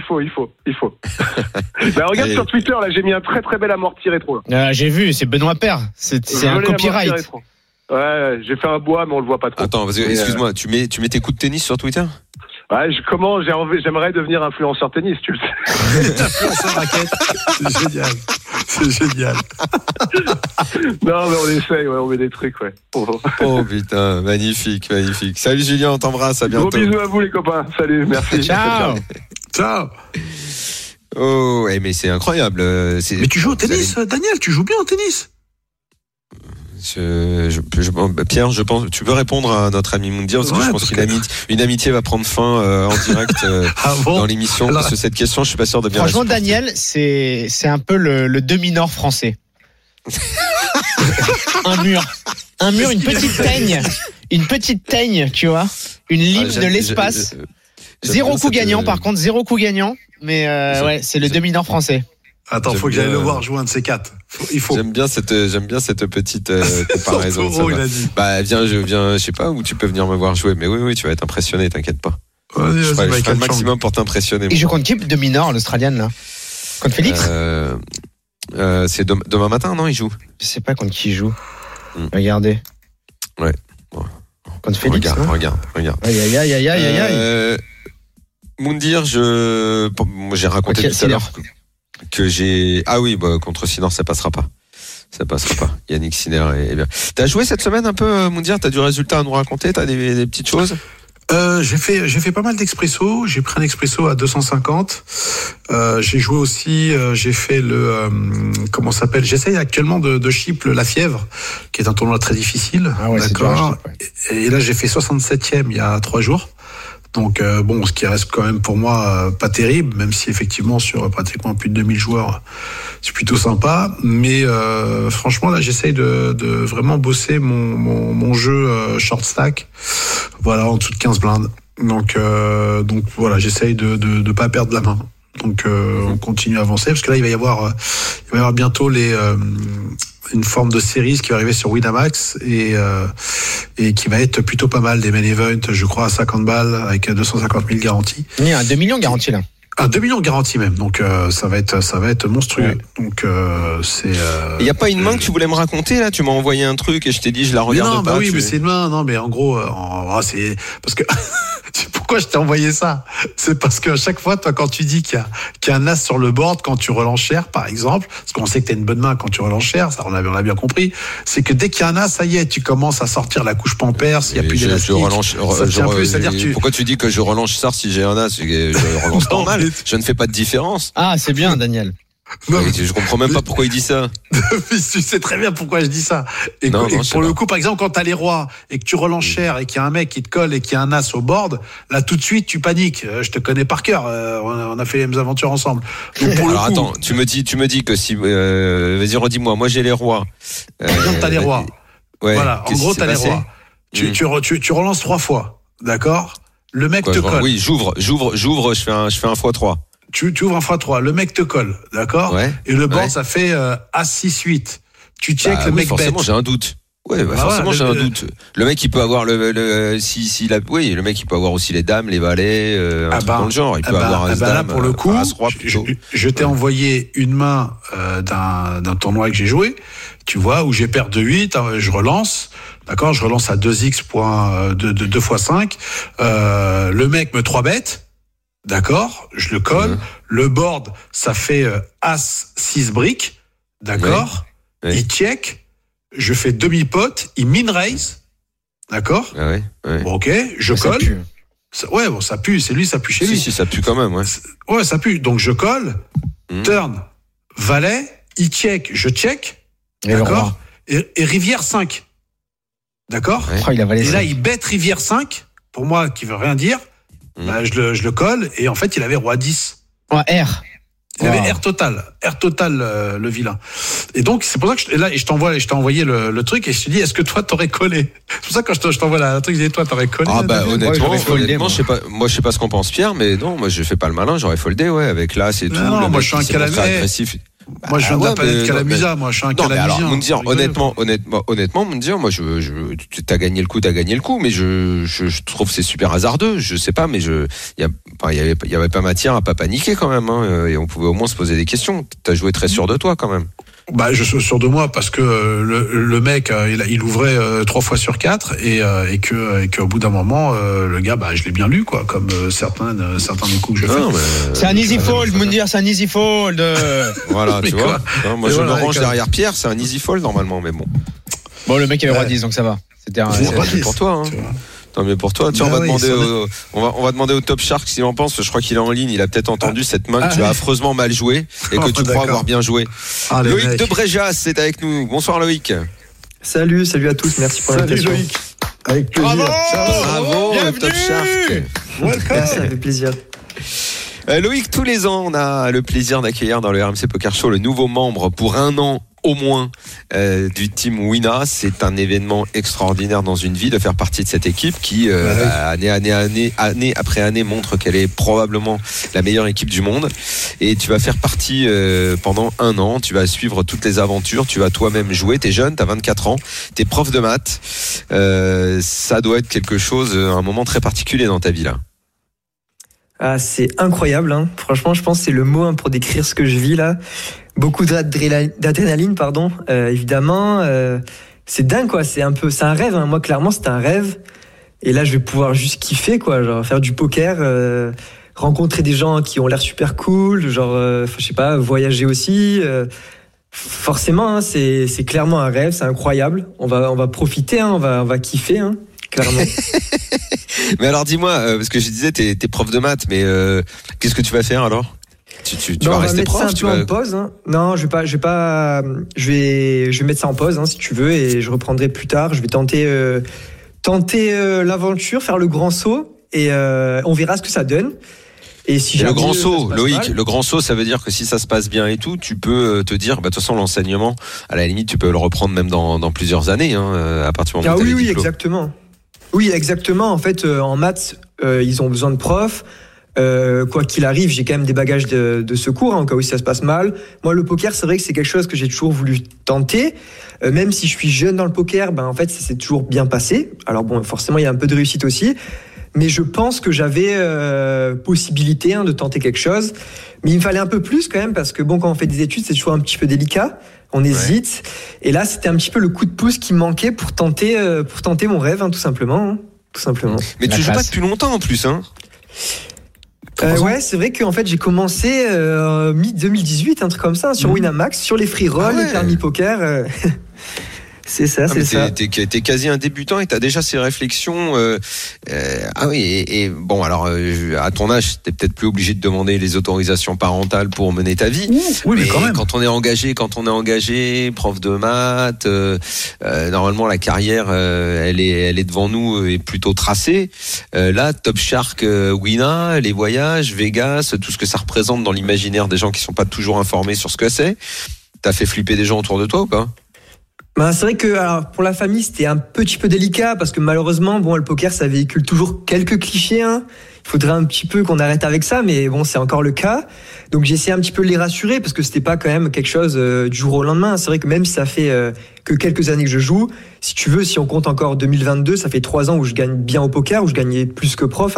Bah, regarde sur Twitter, là, j'ai mis un très très bel amorti rétro. J'ai vu, c'est Benoît Paire. C'est un copyright. Ouais, j'ai fait un bois, mais on le voit pas trop. Attends, excuse-moi, tu mets tes coups de tennis sur Twitter? Ouais, j'aimerais devenir influenceur tennis, tu le sais. Influenceur raquette, c'est génial. Non, mais on essaye, ouais, on met des trucs, ouais. Oh putain, magnifique. Salut Julien, on t'embrasse, à bientôt. Gros bisous à vous les copains, salut, merci. Ciao. Oh, mais c'est incroyable. Mais tu joues au tennis, Daniel, tu joues bien au tennis. Pierre, je pense, tu peux répondre à notre ami Moundir, parce que je pense qu'une amitié va prendre fin en direct dans l'émission. Parce que cette question, je suis pas sûr de bien. Franchement, Daniel, c'est un peu le demi-nord français. un mur, une petite teigne, tu vois, une lime de l'espace. Zéro coup gagnant, par contre, mais ouais, c'est le demi-nord français. Attends, faut que j'aille le voir jouer un de ces quatre. J'aime bien cette petite comparaison. Bah viens, je sais pas où tu peux venir me voir jouer, mais oui, tu vas être impressionné, t'inquiète pas. Je ferai le maximum pour t'impressionner. Et je compte qui demi-nord, l'Australienne là? Contre Félix? C'est demain matin, non? Il joue. Je sais pas contre qui il joue. Regardez. Ouais. Contre Félix. Regarde. Aïe. Moundir, j'ai raconté tout à l'heure que j'ai. Ah oui, contre Sinner, ça passera pas. Yannick Sinner est bien. T'as joué cette semaine un peu, Moundir? T'as du résultat à nous raconter? T'as des petites choses? J'ai fait pas mal d'expresso. J'ai pris un expresso à 250. J'ai joué aussi. J'ai fait comment ça s'appelle? J'essaye actuellement de chip La Fièvre, qui est un tournoi très difficile. Ah ouais, d'accord. Et là, j'ai fait 67e il y a 3 jours. Donc ce qui reste quand même pour moi pas terrible, même si effectivement sur pratiquement plus de 2000 joueurs, c'est plutôt sympa. Mais franchement là, j'essaye de vraiment bosser mon jeu short stack, voilà, en dessous de 15 blindes. Donc voilà, j'essaye de pas perdre la main. Donc on continue à avancer parce que là il va y avoir bientôt une forme de série qui va arriver sur Winamax et qui va être plutôt pas mal, des main events, je crois, à 50 balles avec 250 000 garanties. Il y a un 2 millions garantis là. Un 2 millions garantis même, donc ça va être monstrueux. Ouais. Donc c'est. Il y a pas une main que tu voulais me raconter là? Tu m'as envoyé un truc et je t'ai dit je la regarde pas. Oui, mais c'est une main. Non, mais en gros, c'est parce que. Pourquoi je t'ai envoyé ça? C'est parce qu'à chaque fois, toi, quand tu dis qu'il y a un as sur le board, quand tu relances cher, par exemple, parce qu'on sait que t'as une bonne main quand tu relances cher, ça on a bien compris, c'est que dès qu'il y a un as, ça y est, tu commences à sortir la couche pampers, il n'y a plus d'élastique. Pourquoi tu dis que je relance ça si j'ai un as? Je relance normal. Je ne fais pas de différence. Ah, c'est bien, Daniel. Non, je comprends même pas pourquoi il dit ça. Tu sais très bien pourquoi je dis ça. Et pour le coup, par exemple, quand t'as les rois et que tu relances cher et qu'il y a un mec qui te colle et qu'il y a un as au board, là tout de suite tu paniques. Je te connais par cœur. On a fait les mêmes aventures ensemble. Donc, pour alors attends, tu me dis que si, vas-y redis-moi. Moi j'ai les rois. Donc t'as les rois. Ouais. Voilà. En gros t'as les rois. Tu relances 3 fois, d'accord? Le mec te colle. Oui, j'ouvre. Je fais un x3. Tu ouvres un x3, le mec te colle, d'accord? Ouais. Et le board, ça fait As 6-8. Tu check le mec forcément, bet. j'ai un doute. Ouais, forcément, j'ai un doute. Le mec, il peut avoir le mec, il peut avoir aussi les dames, les valets, un truc dans le genre. Il peut avoir as dame, là, pour le coup, as-roi, je t'ai envoyé une main d'un tournoi que j'ai joué, tu vois, où j'ai paire de 8, je relance. D'accord, je relance à 2x de 2 x 5. Le mec me 3 bêtes. D'accord, je le colle. Le board, ça fait as 6 briques. D'accord, il check. Je fais demi-pot, il min-raise, d'accord. Bon, ok, je colle. Ça pue, c'est lui, ça pue chez lui. Si, ça pue quand même, Ouais, ça pue. Donc je colle, turn, valet, il check, je check, d'accord. Et rivière 5, d'accord. Et là, il bête rivière 5, pour moi, qui veut rien dire. Bah, je le colle, et en fait, il avait roi 10. R. Il avait R total, le vilain. Et donc c'est pour ça que je t'ai envoyé le truc et je te dis, est-ce que toi t'aurais collé? C'est pour ça que quand je t'envoie le truc, je dis, toi t'aurais collé. Ah bah honnêtement, je sais pas ce qu'on pense Pierre, mais non, moi je fais pas le malin, j'aurais foldé, avec l'as et tout. Non, moi je suis un calamé. Agressif. Moi je viens de la planète Calamusa, moi je suis un Calamusien. Alors Moundir, honnêtement Moundir, moi t'as gagné le coup, mais je trouve que c'est super hasardeux, je sais pas, mais il y avait pas matière à pas paniquer quand même, et on pouvait au moins se poser des questions. T'as joué très sûr de toi quand même. Bah, je suis sûr de moi parce que le mec, il ouvrait 3 fois sur 4 et qu'au bout d'un moment, le gars, bah, je l'ai bien lu, quoi, comme certains des coups que je fais. C'est un easy fold, Moundir, c'est un easy fold. Voilà, tu vois. Moi, je me range derrière Pierre, c'est un easy fold normalement, mais bon. Bon, le mec avait roi 10, donc ça va. C'était pour toi, Non, mais pour toi, on va demander au Top Shark s'il en pense. Je crois qu'il est en ligne. Il a peut-être entendu cette main que tu as affreusement mal jouée et que tu crois avoir bien joué. Loïc de Bréjas c'est avec nous. Bonsoir Loïc. Salut à tous. Merci pour l'invitation. Salut Loïc. Avec plaisir. Bravo Top Shark. Merci, ça fait plaisir. Loïc, tous les ans, on a le plaisir d'accueillir dans le RMC Poker Show le nouveau membre pour 1 an au moins du team Wina. C'est un événement extraordinaire dans une vie de faire partie de cette équipe qui année après année montre qu'elle est probablement la meilleure équipe du monde, et tu vas faire partie pendant 1 an. Tu vas suivre toutes les aventures, tu vas toi-même jouer. T'es jeune, t'as 24 ans, t'es prof de maths. Ça doit être quelque chose, un moment très particulier dans ta vie là. Ah, c'est incroyable, hein. Franchement, je pense que c'est le mot pour décrire ce que je vis là. Beaucoup d'adrénaline, évidemment. C'est dingue, quoi. C'est un rêve, hein. Moi, clairement, c'était un rêve. Et là, je vais pouvoir juste kiffer, quoi. Genre, faire du poker, rencontrer des gens qui ont l'air super cool, genre, je sais pas, voyager aussi. Forcément, hein, c'est clairement un rêve, c'est incroyable. On va profiter, hein, on va kiffer, hein, clairement. Mais alors, dis-moi, parce que je disais, t'es prof de maths, mais qu'est-ce que tu vas faire alors? Tu vas rester prof? On va mettre ça un peu en pause, hein. Non, je vais mettre ça en pause, hein, si tu veux, et je reprendrai plus tard. Je vais tenter l'aventure, faire le grand saut, et on verra ce que ça donne. Et si le grand saut, Loïc, le grand saut, ça veut dire que si ça se passe bien et tout, tu peux te dire, de toute façon, l'enseignement, à la limite, tu peux le reprendre même dans plusieurs années, hein, à partir du moment où tu as les diplômes. Exactement. Oui, exactement. En fait, en maths, ils ont besoin de profs. Quoi qu'il arrive, j'ai quand même des bagages de secours, hein, au cas où ça se passe mal. Moi, le poker, c'est vrai que c'est quelque chose que j'ai toujours voulu tenter. Même si je suis jeune dans le poker, en fait, ça s'est toujours bien passé. Alors bon, forcément, il y a un peu de réussite aussi. Mais je pense que j'avais possibilité, hein, de tenter quelque chose. Mais il me fallait un peu plus quand même, parce que bon, quand on fait des études, c'est toujours un petit peu délicat. On hésite. Et là, c'était un petit peu le coup de pouce qui me manquait pour tenter mon rêve, hein, tout simplement. Hein, tout simplement. Mais tu joues pas depuis longtemps en plus, hein? Ouais, c'est vrai qu'en fait j'ai commencé mi-2018, un truc comme ça, sur Winamax, sur les free rolls, les permis poker. C'est ça, c'est ça. T'es quasi un débutant et t'as déjà ces réflexions. Ah oui, et bon, alors à ton âge, t'es peut-être plus obligé de demander les autorisations parentales pour mener ta vie. Oui, mais quand même. Quand on est engagé, prof de maths, normalement la carrière, elle est devant nous et plutôt tracée. Là, Top Shark, Wina, les voyages, Vegas, tout ce que ça représente dans l'imaginaire des gens qui sont pas toujours informés sur ce que c'est. T'as fait flipper des gens autour de toi ou pas? C'est vrai que alors, pour la famille, c'était un petit peu délicat parce que malheureusement, le poker, ça véhicule toujours quelques clichés. Il faudrait un petit peu qu'on arrête avec ça, mais bon, c'est encore le cas. Donc j'ai essayé un petit peu de les rassurer parce que c'était pas quand même quelque chose du jour au lendemain. C'est vrai que même si ça fait que quelques années que je joue, si tu veux, si on compte encore 2022, ça fait 3 ans où je gagne bien au poker, où je gagnais plus que prof.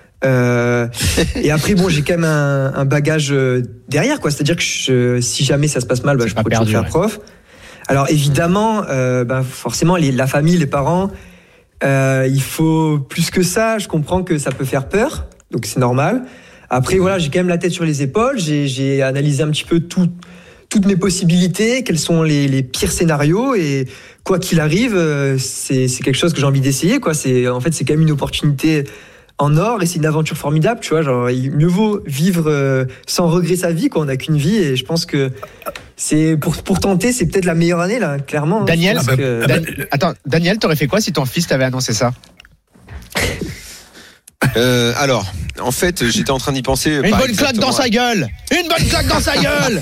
Et après, j'ai quand même un bagage derrière, quoi. C'est-à-dire que si jamais ça se passe mal, je peux toujours faire prof. Alors évidemment, forcément, la famille, les parents, il faut plus que ça. Je comprends que ça peut faire peur, donc c'est normal. Après, j'ai quand même la tête sur les épaules. J'ai analysé un petit peu toutes mes possibilités, quels sont les pires scénarios, et quoi qu'il arrive, c'est quelque chose que j'ai envie d'essayer, quoi. C'est quand même une opportunité en or, et c'est une aventure formidable, tu vois. Genre, mieux vaut vivre sans regret sa vie, quoi. On n'a qu'une vie, et je pense que c'est pour tenter, c'est peut-être la meilleure année là, clairement. Daniel, attends, Daniel, t'aurais fait quoi si ton fils t'avait annoncé ça? Alors, en fait, j'étais en train d'y penser. Une bonne claque dans sa gueule. Une bonne claque dans sa gueule.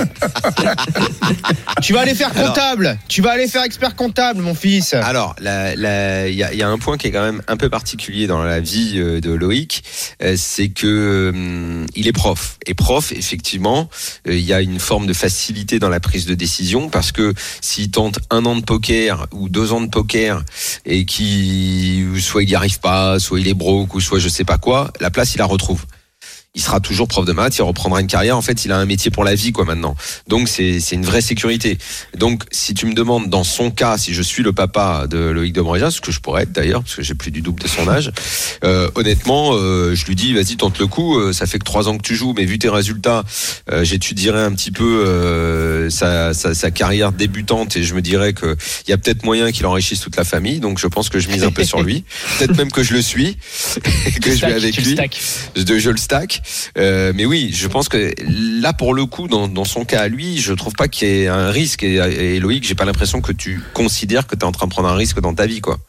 Tu vas aller faire comptable. Tu vas aller faire expert comptable, mon fils. Alors, il y a un point qui est quand même un peu particulier dans la vie de Loïc, c'est que il est prof. Et prof, effectivement, il y a une forme de facilité dans la prise de décision parce que s'il tente 1 an de poker ou 2 ans de poker et soit il n'y arrive pas, soit il est broke ou soit je sais pas quoi, la place il la retrouve. Il sera toujours prof de maths, il reprendra une carrière. En fait, il a un métier pour la vie, quoi, maintenant. Donc, c'est une vraie sécurité. Donc, si tu me demandes, dans son cas, si je suis le papa de Loïc de Montréal, ce que je pourrais être d'ailleurs, parce que j'ai plus du double de son âge, honnêtement, je lui dis, vas-y, tente le coup. Ça fait que 3 ans que tu joues, mais vu tes résultats, j'étudierai un petit peu sa carrière débutante et je me dirais que il y a peut-être moyen qu'il enrichisse toute la famille. Donc, je pense que je mise un peu sur lui. Peut-être même que je le suis, que je vais avec lui. Je le stack. Mais oui, je pense que là, pour le coup, dans son cas à lui, je trouve pas qu'il y ait un risque. Et Loïc, j'ai pas l'impression que tu considères que tu es en train de prendre un risque dans ta vie, quoi.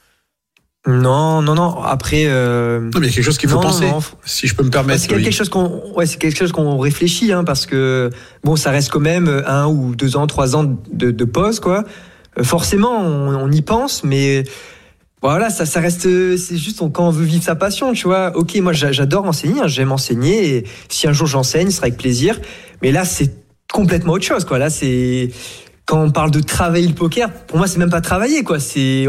Non. Après, non, mais il y a quelque chose qu'il faut penser. Si je peux me permettre. C'est quelque chose qu'on réfléchit, parce que ça reste quand même 1 ou 2 ans, 3 ans de pause, quoi. Forcément, on y pense, mais. Voilà, ça reste, c'est juste quand on veut vivre sa passion, tu vois. Ok, moi j'adore enseigner, j'aime enseigner, et si un jour j'enseigne, ce sera avec plaisir. Mais là, c'est complètement autre chose, quoi. Là, c'est quand on parle de travailler le poker, pour moi, c'est même pas travailler, quoi.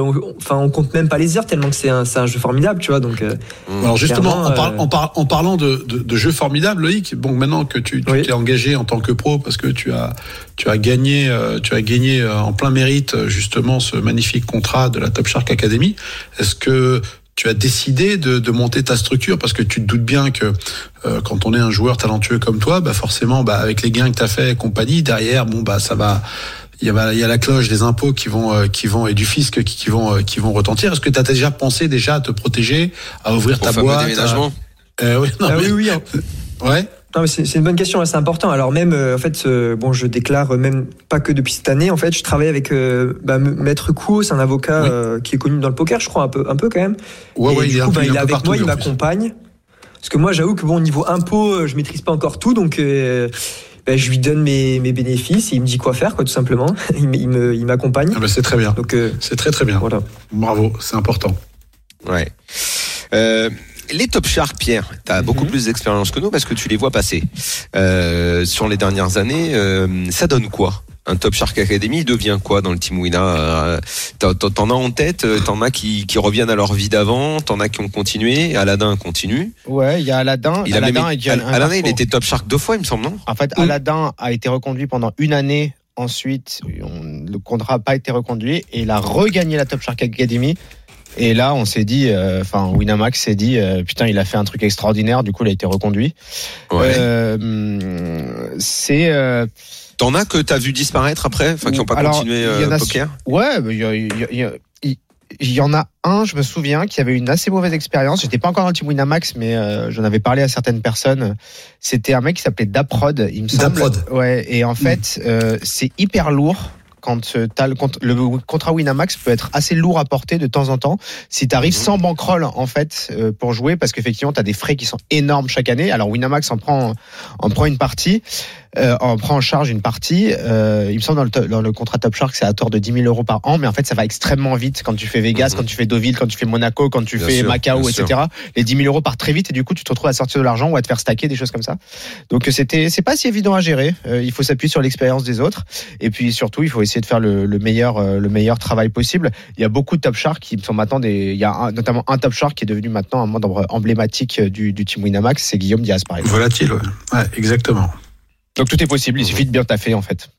On compte même pas les heures tellement que c'est un jeu formidable, tu vois. Donc, alors justement, en parlant de jeu formidable, Loïc, maintenant que tu t'es engagé en tant que pro, parce que tu as gagné en plein mérite justement ce magnifique contrat de la Top Shark Academy. Est-ce que tu as décidé de monter ta structure parce que tu te doutes bien que quand on est un joueur talentueux comme toi, forcément, avec les gains que tu as fait et compagnie, derrière, ça va. Il y a la cloche des impôts qui vont et du fisc qui vont retentir. Est-ce que tu as déjà pensé à te protéger, à ouvrir ta boîte, déménagement Oui. Ouais. Non, mais c'est une bonne question, c'est important. Alors même, je déclare même pas que depuis cette année. En fait, je travaille avec Maître Couot, c'est un avocat qui est connu dans le poker, je crois un peu quand même. Ouais, du coup, il est avec moi, il m'accompagne. Parce que moi, j'avoue que au niveau impôt, je maîtrise pas encore tout, donc je lui donne mes bénéfices et il me dit quoi faire, quoi, tout simplement. Il m'accompagne. C'est très bien. Donc c'est très très bien. Voilà. Bravo, c'est important. Ouais. Les Top Shark, Pierre, tu as beaucoup plus d'expérience que nous parce que tu les vois passer. Sur les dernières années, ça donne quoi? Un Top Shark Academy devient quoi dans le Team Wina? T'en as en tête? T'en as qui reviennent à leur vie d'avant? T'en as qui ont continué? Aladdin continue? Ouais, il y a Aladdin. Aladdin, il était Top Shark 2 fois, il me semble, non? En fait, Aladdin a été reconduit pendant 1 année. Ensuite, le contrat n'a pas été reconduit et il a regagné la Top Shark Academy. Et là, on s'est dit, Winamax s'est dit, putain, il a fait un truc extraordinaire. Du coup, il a été reconduit. Ouais. T'en as que t'as vu disparaître après, qui n'ont pas continué poker? Ouais, il y en a un, je me souviens, qui avait une assez mauvaise expérience. J'étais pas encore dans le team Winamax, mais j'en avais parlé à certaines personnes. C'était un mec qui s'appelait Daprod, il me semble. Daprod. Ouais, et en fait, c'est hyper lourd. Quand le contrat Winamax peut être assez lourd à porter de temps en temps si tu arrives sans bankroll en fait pour jouer, parce qu'effectivement tu as des frais qui sont énormes chaque année. Alors Winamax en prend une partie. on prend en charge une partie. Il me semble dans le contrat Top Shark, c'est à tort de 10 000 € par an, mais en fait, ça va extrêmement vite quand tu fais Vegas, quand tu fais Deauville, quand tu fais Monaco, quand tu fais Macao, etc. Sûr. Les 10 000 € partent très vite et du coup, tu te retrouves à sortir de l'argent ou à te faire stacker, des choses comme ça. Donc, c'est pas si évident à gérer. Il faut s'appuyer sur l'expérience des autres et puis surtout, il faut essayer de faire le meilleur travail possible. Il y a beaucoup de Top Shark qui sont maintenant il y a notamment un Top Shark qui est devenu maintenant un membre emblématique du team Winamax, c'est Guillaume Diaz, par exemple. Volatile, ouais, exactement. Donc tout est possible, il suffit de bien taffer en fait.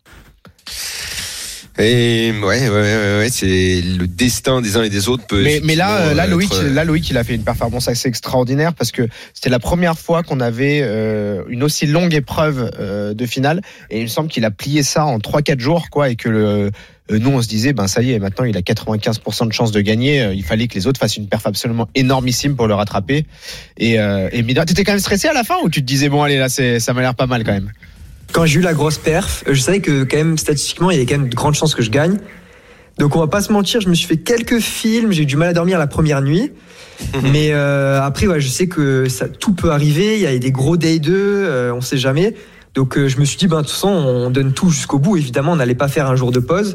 Et ouais, c'est le destin des uns et des autres peut. Mais là, Loïc, il a fait une performance assez extraordinaire parce que c'était la première fois qu'on avait une aussi longue épreuve de finale et il me semble qu'il a plié ça en 3-4 jours, quoi, et que nous on se disait ça y est, maintenant il a 95% de chances de gagner, il fallait que les autres fassent une perf absolument énormissime pour le rattraper. Et Mida, t'étais quand même stressé à la fin ou tu te disais bon allez là ça m'a l'air pas mal quand même? Quand j'ai eu la grosse perf, je savais que quand même statistiquement il y avait quand même de grandes chances que je gagne. Donc on va pas se mentir, je me suis fait quelques films, j'ai eu du mal à dormir la première nuit. Mais après je sais que tout peut arriver, il y a des gros day 2, on sait jamais. Donc je me suis dit de toute façon on donne tout jusqu'au bout, évidemment on n'allait pas faire un jour de pause.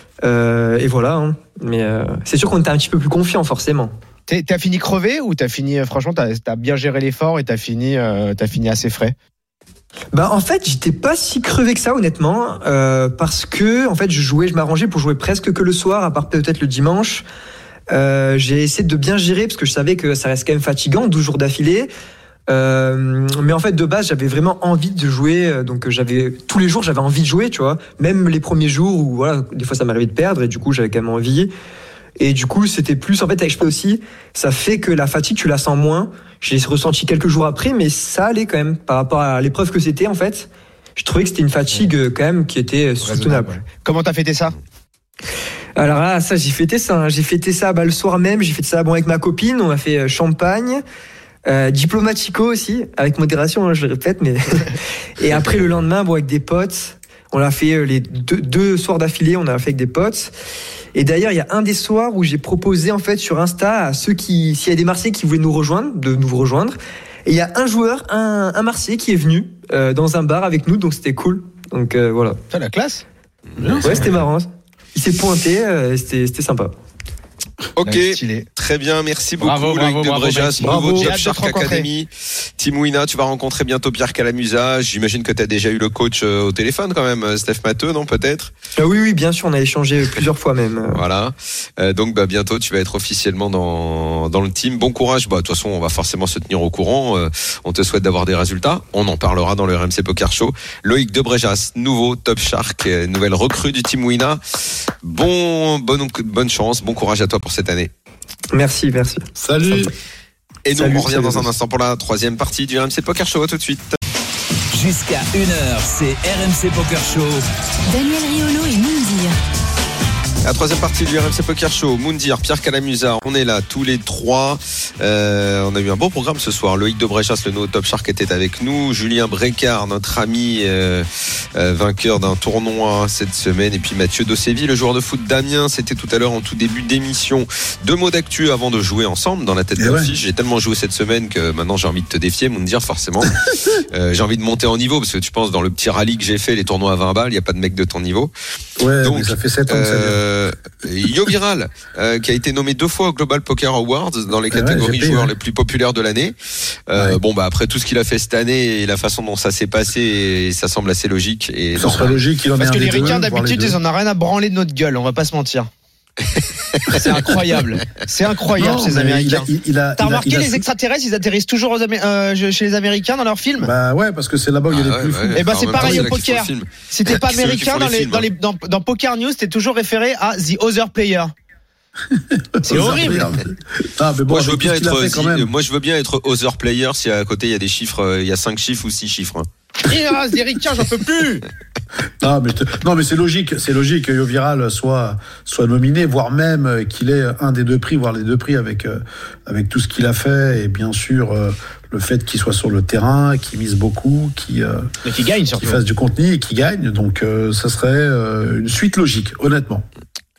Et voilà, hein. Mais c'est sûr qu'on était un petit peu plus confiant forcément. T'as fini crevé ou t'as fini franchement t'as bien géré l'effort et t'as fini assez frais? En fait, j'étais pas si crevé que ça, honnêtement, parce que en fait, je m'arrangeais pour jouer presque que le soir, à part peut-être le dimanche. J'ai essayé de bien gérer parce que je savais que ça reste quand même fatigant, 12 jours d'affilée. Mais en fait, de base, j'avais vraiment envie de jouer, donc tous les jours, j'avais envie de jouer, tu vois. Même les premiers jours où voilà, des fois, ça m'arrivait de perdre et du coup, j'avais quand même envie. Et du coup, c'était plus, en fait, avec Spray aussi, ça fait que la fatigue, tu la sens moins. Je l'ai ressenti quelques jours après, mais ça allait quand même par rapport à l'épreuve que c'était, en fait. Je trouvais que c'était une fatigue quand même qui était soutenable. Ouais. Comment t'as fêté ça? Alors là, ça, j'ai fêté ça. J'ai fêté ça le soir même. J'ai fêté ça avec ma copine. On a fait champagne. Diplomatico aussi, avec modération, je le répète. Mais et après, le lendemain, avec des potes. On l'a fait les deux soirs d'affilée. On a fait avec des potes. Et d'ailleurs, il y a un des soirs où j'ai proposé en fait sur Insta à ceux s'il y a des Marseillais qui voulaient nous rejoindre. Et il y a un joueur, un Marseillais qui est venu dans un bar avec nous, donc c'était cool. Donc voilà. C'est la classe. Ouais, c'était marrant. Il s'est pointé, c'était sympa. Ok, très bien, merci beaucoup Loïc de Bréjas, nouveau Top Shark Academy. Team Wina, tu vas rencontrer bientôt Pierre Calamusa. J'imagine que tu as déjà eu le coach au téléphone quand même, Steph Matteux, non peut-être? Oui, bien sûr, on a échangé plusieurs fois même. Voilà, donc bientôt tu vas être officiellement dans le team. Bon courage, de toute façon on va forcément se tenir au courant. On te souhaite d'avoir des résultats, on en parlera dans le RMC Poker Show. Loïc de Bréjas, nouveau Top Shark, nouvelle recrue du Team Wina. Bonne chance, bon courage à toi pour cette année. Merci. Salut. Et nous, on revient dans un instant pour la troisième partie du RMC Poker Show. À tout de suite. Jusqu'à 1h, c'est RMC Poker Show. Daniel Riolo et Moundir. La troisième partie du RMC Poker Show, Moundir, Pierre Calamusa, on est là tous les trois. On a eu un bon programme ce soir. Loïc de Bréjas, le nouveau Top Shark, était avec nous. Julien Brécard, notre ami vainqueur d'un tournoi cette semaine. Et puis Mathieu Dossévi, le joueur de foot d'Amiens. C'était tout à l'heure en tout début d'émission. 2 mots d'actu avant de jouer ensemble dans la tête d'un fiche. J'ai tellement joué cette semaine que maintenant j'ai envie de te défier, Moundir, forcément. J'ai envie de monter en niveau parce que tu penses dans le petit rallye que j'ai fait, les tournois à 20 balles, il n'y a pas de mec de ton niveau. Ouais, donc ça fait 7 ans que ça vient. Yo Viral qui a été nommé 2 fois au Global Poker Awards dans les catégories joueurs les plus populaires de l'année. Après tout ce qu'il a fait cette année et la façon dont ça s'est passé, ça semble assez logique. Et ça sera logique qu'il en ait un des deux. Parce que les ricains d'habitude ils en ont rien à branler de notre gueule, on va pas se mentir. C'est incroyable ces Américains. T'as remarqué les extraterrestres, ils atterrissent toujours chez les Américains dans leurs films? Bah ouais, parce que c'est là-bas où il y a les plus fous. Et c'est pareil au poker. Si t'es pas américain dans Poker News, t'es toujours référé à The Other Player. C'est horrible. Moi je veux bien être Other Player si à côté il y a des chiffres, il y a 5 chiffres ou 6 chiffres. Des ricains, j'en peux plus. Non mais c'est logique que Yo Viral soit nominé, voire même qu'il ait un des 2 prix, voire les 2 prix avec tout ce qu'il a fait et bien sûr le fait qu'il soit sur le terrain, qu'il mise beaucoup, qu'il gagne surtout, qu'il fasse du contenu et qu'il gagne. Donc ça serait une suite logique, honnêtement.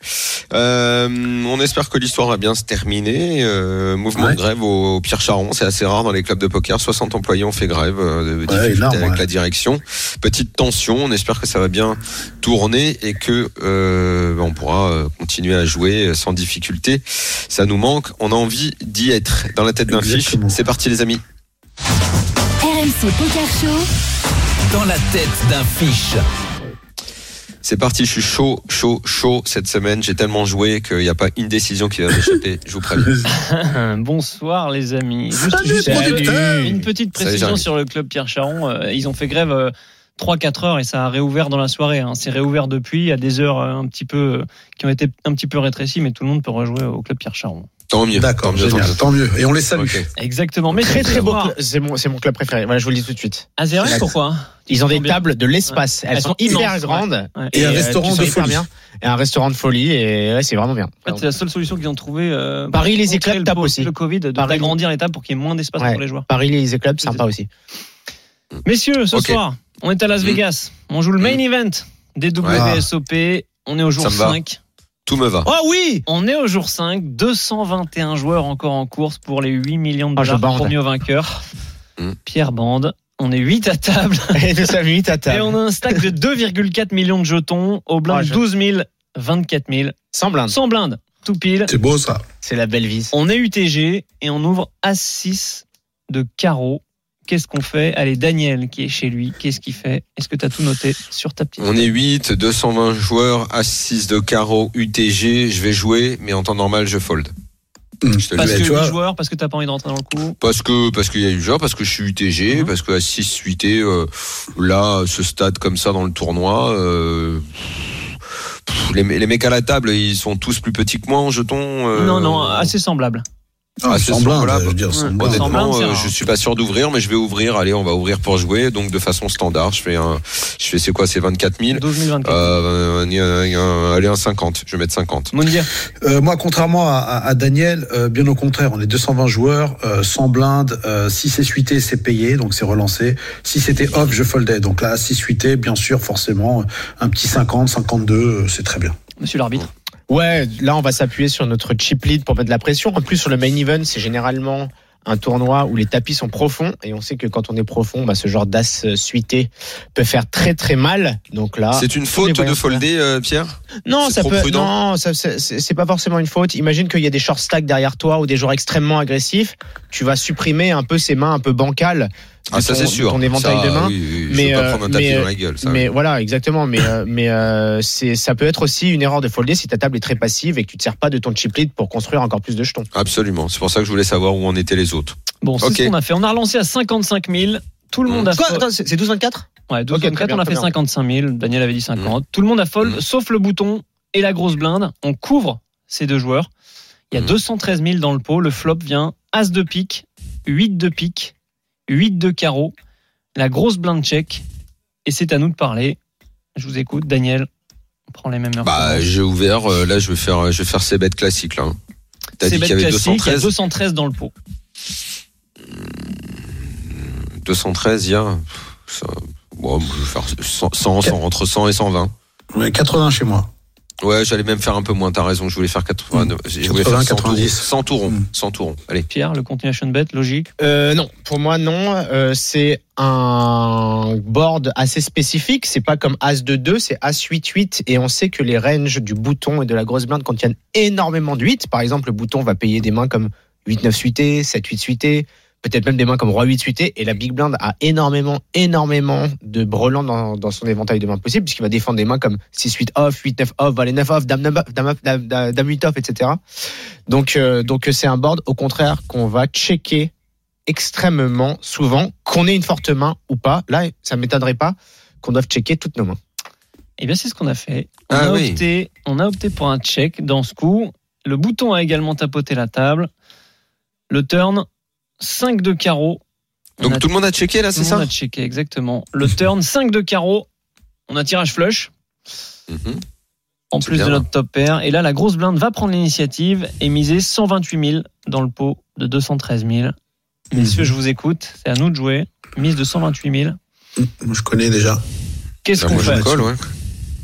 On espère que l'histoire va bien se terminer. Mouvement de grève au Pierre Charon, c'est assez rare dans les clubs de poker. 60 employés ont fait grève, difficulté avec la direction. Petite tension, on espère que ça va bien tourner et que on pourra continuer à jouer sans difficulté. Ça nous manque, on a envie d'y être. Dans la tête d'un fiche, c'est parti les amis. RMC Poker Show. Dans la tête d'un fiche. C'est parti, je suis chaud cette semaine. J'ai tellement joué qu'il n'y a pas une décision qui va m'échapper. Je vous préviens. Bonsoir les amis. Juste une petite précision sur le club Pierre Charon. Ils ont fait grève 3-4 heures et ça a réouvert dans la soirée. C'est réouvert depuis à des heures qui ont été un petit peu rétrécies, mais tout le monde peut rejouer au club Pierre Charon. Tant mieux. D'accord, tant mieux. Et on les salue. Okay. Exactement. Mais Très beau. C'est mon club préféré. Voilà, je vous le dis tout de suite. Ah, c'est vrai, pourquoi? Ils ont des tables de l'espace. Elles sont hyper grandes. Ouais. Et un restaurant de folie. Bien. Et un restaurant de folie. Et c'est vraiment bien. En fait, c'est la seule solution qu'ils ont trouvée. Paris, les clubs tapent aussi. Le Covid, d'agrandir les tables pour qu'il y ait moins d'espace pour les joueurs. Paris, les clubs, sympa aussi. Messieurs, ce soir, on est à Las Vegas. On joue le main event des WSOP. On est au jour 5. Tout me va. Oh oui! On est au jour 5, 221 joueurs encore en course pour les 8 millions de dollars promis au vainqueur. Pierre Bande. On est 8 à table. Et on a un stack de 2,4 millions de jetons au blind 12 000, 24 000. Sans blinde. Tout pile. C'est beau ça. C'est la belle vie. On est UTG et on ouvre As-6 de carreau. Qu'est-ce qu'on fait? Allez, Daniel qui est chez lui, qu'est-ce qu'il fait? Est-ce que tu as tout noté sur ta petite? On est 8, 220 joueurs, As-6 de carreau, UTG. Je vais jouer, mais en temps normal, je fold. Parce que 8 joueurs, parce que t'as pas envie de rentrer dans le coup? Parce qu'il y a 8 joueurs, parce que je suis UTG, parce que As-6, 8, là, ce stade comme ça dans le tournoi, les mecs à la table, ils sont tous plus petits que moi en jetons. Non, assez semblable. C'est semblable. Honnêtement, semblable, je suis pas sûr d'ouvrir, mais je vais ouvrir. Allez, on va ouvrir pour jouer. Donc de façon standard, je fais c'est quoi? C'est 24 000. 12 024. Allez, un 50. Je vais mettre 50. Mondial. Moi, contrairement à Daniel, bien au contraire, on est 220 joueurs, 100 blindes. Si c'est suité, c'est payé, donc c'est relancé. Si c'était off, je foldais. Donc là, si suité, bien sûr, forcément, un petit 50, 52, c'est très bien. Monsieur l'arbitre. Ouais, là on va s'appuyer sur notre chip lead pour mettre de la pression. En plus sur le main event, c'est généralement un tournoi où les tapis sont profonds et on sait que quand on est profond, ce genre d'as suité peut faire très très mal. Donc là, c'est une faute de folder, Pierre? Non, ça peut. Non, c'est pas forcément une faute. Imagine qu'il y a des short stacks derrière toi ou des joueurs extrêmement agressifs. Tu vas supprimer un peu ces mains un peu bancales. Ça c'est sûr. Ton éventail de mains. Oui, mais je veux pas prendre un tapis dans la gueule. Ça, mais voilà, exactement. Mais ça peut être aussi une erreur de folder si ta table est très passive et que tu te sers pas de ton chip lead pour construire encore plus de jetons. Absolument. C'est pour ça que je voulais savoir où en étaient les autres. Bon, c'est ce qu'on a fait. On a relancé à 55 000. Tout le monde a fold. Attends, c'est 12-24? Ouais, 12-24, on a fait 55 000. Daniel avait dit 50. Tout le monde a fold, sauf le bouton et la grosse blinde. On couvre ces deux joueurs. Il y a 213 000 dans le pot. Le flop vient As de pique, 8 de pique, 8 de carreau. La grosse blinde check. Et c'est à nous de parler. Je vous écoute, Daniel. On prend les mêmes heures. J'ai ouvert. Là, je vais faire ces bêtes classiques là. T'as dit qu'il y avait 213. Il y a 213 dans le pot. 213, il y a. Bon, je vais faire 100, entre 100 et 120. Ouais, 80 chez moi. Ouais, j'allais même faire un peu moins, t'as raison, je voulais faire 80. Je voulais faire 90. 100 tourons. 100 tourons. Allez. Pierre, le continuation bet, logique? Non, pour moi non. C'est un board assez spécifique. C'est pas comme As de 2, c'est As 8-8. Et on sait que les ranges du bouton et de la grosse blinde contiennent énormément de 8. Par exemple, le bouton va payer des mains comme 8-9 suité, 7-8 suité, peut-être même des mains comme Roi 8 suité. Et la big blind a énormément de brelans dans son éventail de mains possibles, puisqu'il va défendre des mains comme 6-8 off, 8-9 off, Valet 9 off, Dame 8 off, etc. Donc c'est un board, au contraire, qu'on va checker extrêmement souvent, qu'on ait une forte main ou pas. Là, ça ne m'étonnerait pas qu'on doive checker toutes nos mains. Eh bien, c'est ce qu'on a fait. On a opté pour un check dans ce coup. Le bouton a également tapoté la table. Le turn, 5 de carreau. Donc tout le monde a checké là, c'est ça? Tout le monde a checké, exactement. Le turn, 5 de carreau. On a tirage flush. En plus de notre top pair. Et là, la grosse blinde va prendre l'initiative et miser 128 000 dans le pot de 213 000. Messieurs, je vous écoute. C'est à nous de jouer. Mise de 128 000. Je connais déjà. Qu'est-ce qu'on fait?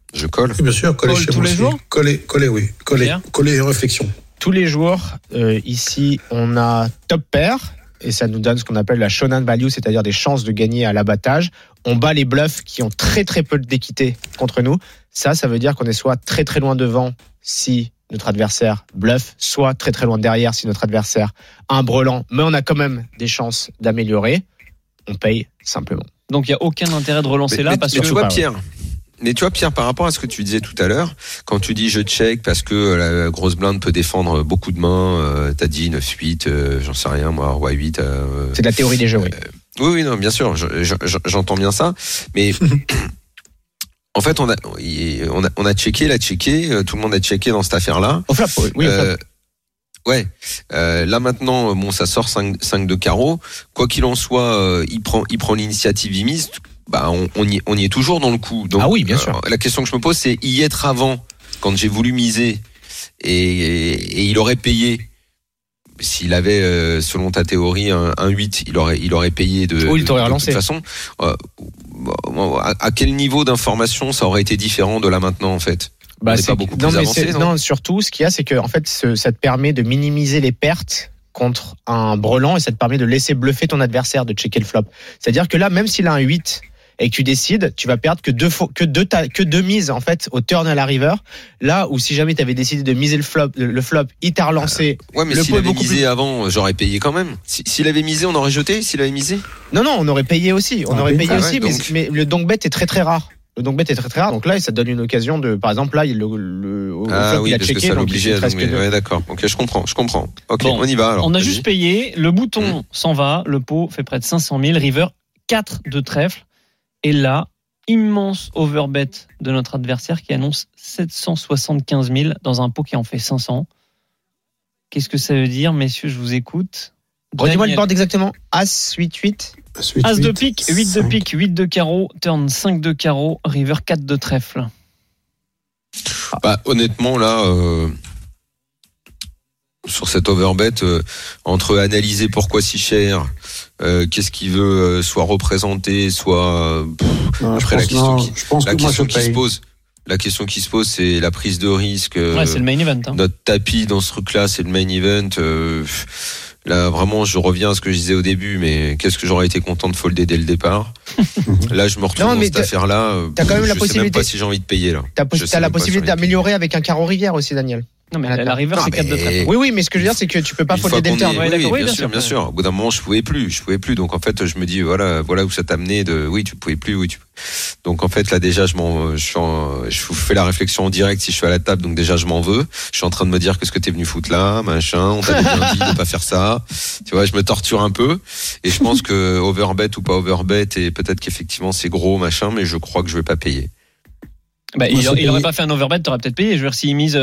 Je colle. Oui, bien sûr, coller chez tous moi les aussi. jours Coller, oui. Coller et réflexion. Tous les jours, ici, on a top pair. Et ça nous donne ce qu'on appelle la showdown value, c'est-à-dire des chances de gagner à l'abattage. On bat les bluffs qui ont très très peu d'équité contre nous. Ça veut dire qu'on est soit très très loin devant si notre adversaire bluff, soit très très loin derrière si notre adversaire a un brelan. Mais on a quand même des chances d'améliorer. On paye simplement. Donc il n'y a aucun intérêt de relancer parce que. Tu vois, Pierre. Mais tu vois, Pierre, par rapport à ce que tu disais tout à l'heure, quand tu dis je check parce que la grosse blinde peut défendre beaucoup de mains, t'as dit 9-8, j'en sais rien, moi, roi 8. C'est de la théorie des jeux, oui. Oui, non, bien sûr, j'entends bien ça. Mais en fait, on a checké, tout le monde a checké dans cette affaire-là. Au flop, oui, au flop. Ouais. Là maintenant, bon, ça sort 5 de carreau. Quoi qu'il en soit, il prend l'initiative, il mise. Bah, on y est toujours dans le coup. Donc, ah oui, bien sûr. La question que je me pose, c'est y être avant, quand j'ai voulu miser, et il aurait payé. S'il avait, selon ta théorie, un 8, il aurait payé de toute façon. À quel niveau d'information ça aurait été différent de là maintenant, en fait? C'est pas beaucoup plus avancé, non, surtout, ce qu'il y a, c'est que, en fait, ça te permet de minimiser les pertes contre un brelan et ça te permet de laisser bluffer ton adversaire, de checker le flop. C'est-à-dire que là, même s'il a un 8 et que tu décides, tu vas perdre que deux mises, en fait, au turn à la river. Là où si jamais tu avais décidé de miser le flop, il t'a relancé. Ouais, mais s'il avait misé avant, j'aurais payé quand même. S'il avait misé, on aurait jeté? S'il avait misé? Non, on aurait payé aussi. Mais le donk bet est très très rare. Le donk bet est très très rare. Donc là, ça te donne une occasion de, par exemple, là, il a checké. Que ça l'obligeait à zoomer. Ouais, d'accord. Ok, je comprends. Ok, bon, on y va alors. On a juste payé. Le bouton s'en va. Le pot fait près de 500 000. River 4 de trèfle. Et là, immense overbet de notre adversaire qui annonce 775 000 dans un pot qui en fait 500. Qu'est-ce que ça veut dire, messieurs? Je vous écoute. Redis-moi le board exactement. As 8-8. As de pique, 8 de pique, 8 de carreau, turn 5 de carreau, river 4 de trèfle. Bah, honnêtement, là, sur cet overbet, entre analyser pourquoi si cher, qu'est-ce qu'il veut soit représenter, soit après la question qui se pose, c'est la prise de risque. C'est le main event. Notre tapis dans ce truc-là, c'est le main event. Là, vraiment, je reviens à ce que je disais au début, mais qu'est-ce que j'aurais été content de folder dès le départ. Là, je me retrouve dans cette affaire-là. T'as quand même la possibilité. Je sais même pas si j'ai envie de payer là. T'as la possibilité d'améliorer avec un carreau rivière aussi, Daniel. Non, mais la river, c'est 4 de trèfle. Oui, mais ce que je veux dire, c'est que tu peux pas folder dès le turn. Oui, bien sûr. Au bout d'un moment, je pouvais plus. Donc, en fait, je me dis, voilà où ça t'a amené tu pouvais plus, Donc, en fait, là, déjà, je fais la réflexion en direct si je suis à la table. Donc, déjà, je m'en veux. Je suis en train de me dire, qu'est-ce que t'es venu foutre là, machin. On t'avait bien dit de pas faire ça. Tu vois, je me torture un peu. Et je pense que overbet ou pas overbet, et peut-être qu'effectivement, c'est gros, machin, mais je crois que je vais pas payer. Il aurait pas fait un overbet, t'aurais peut-être payé. Je veux dire, s'il mise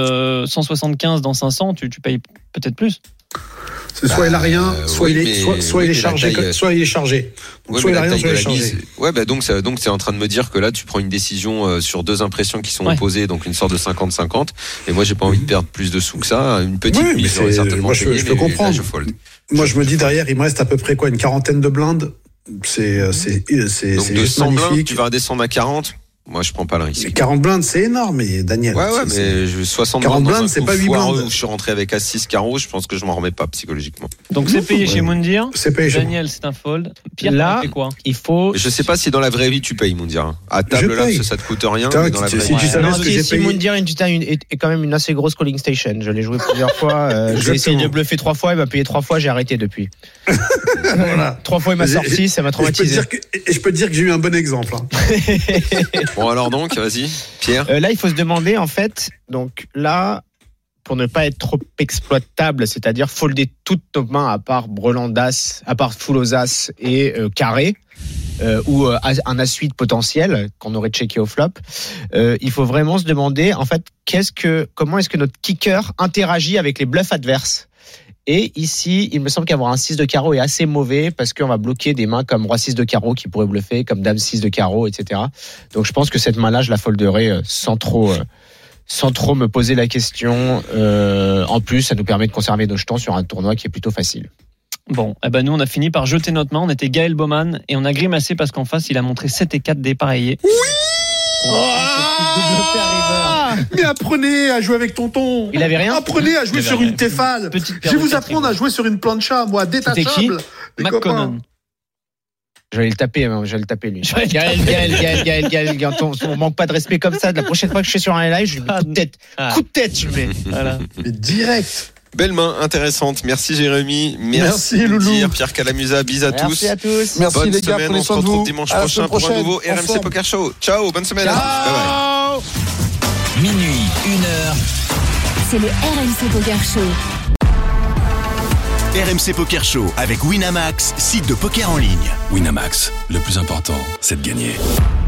175 dans 500, tu payes peut-être plus. C'est soit il a rien, soit il est chargé, soit il est chargé. Donc soit il a rien, soit il est chargé. Ouais, donc c'est en train de me dire que là tu prends une décision sur deux impressions qui sont opposées, donc une sorte de 50-50. Et moi j'ai pas envie de perdre plus de sous que ça. Une petite mise, j'aurais certainement payé. Moi je peux comprendre. Moi je me dis derrière, il me reste à peu près une quarantaine de blindes. C'est donc de 100 blindes, tu vas redescendre à 40. Moi, je prends pas le risque. Mais 40 blindes, c'est énorme, Daniel. Ouais, mais 60 40 blindes, c'est pas 8 blindes. Où je suis rentré avec As-6 carreaux, je pense que je m'en remets pas psychologiquement. Donc, c'est payé chez Moundir. C'est payé chez Daniel, c'est un fold. Pierre, là, fait quoi? Il faut. Je sais pas si dans la vraie vie tu payes Moundir. À table, là, ça te coûte rien. Mais dans la vraie vie. Si tu savais ce que j'ai payé. Moundir est quand même une assez grosse calling station. Je l'ai joué plusieurs fois. J'ai essayé de bluffer 3 fois. Il m'a payé 3 fois. J'ai arrêté depuis. 3 fois, il m'a sorti. Ça m'a traumatisé. Et je peux te dire que j'ai eu un bon exemple. Bon, alors donc, vas-y. Pierre. Là, il faut se demander, en fait, donc là, pour ne pas être trop exploitable, c'est-à-dire folder toutes nos mains à part brelan d'as, à part full aux as et carré, ou un as-8 potentiel qu'on aurait checké au flop, il faut vraiment se demander, en fait, comment est-ce que notre kicker interagit avec les bluffs adverses. Et ici, il me semble qu'avoir un 6 de carreau est assez mauvais parce qu'on va bloquer des mains comme roi 6 de carreau qui pourrait bluffer, comme dame 6 de carreau, etc. Donc je pense que cette main-là, je la folderai sans trop me poser la question. En plus, ça nous permet de conserver nos jetons sur un tournoi qui est plutôt facile. Bon, nous on a fini par jeter notre main. On était Gaël Bowman et on a grimacé parce qu'en face, il a montré 7 et 4 dépareillés. Oui. Mais apprenez à jouer avec tonton. Il avait rien. Apprenez à jouer sur une Tefal. Je vais vous apprendre à jouer sur une plancha, moi, détachable. C'était qui? McConnell. Je vais le taper, lui. Gaël, on manque pas de respect comme ça. La prochaine fois que je suis sur un live, je lui mets coup de tête, je mets. Voilà. Mais direct. Belle main, intéressante. Merci Jérémy. Merci Loulou. Pierre Calamusa. Bis à tous. Merci à tous. Merci bonne les gars, semaine. prenez On se soin de retrouve vous. dimanche À la prochain semaine pour un nouveau prochaine. RMC Poker Show. Ciao, bonne semaine. Bye bye. Minuit, 1h. C'est le RMC Poker Show. RMC Poker Show avec Winamax, site de poker en ligne. Winamax, le plus important, c'est de gagner.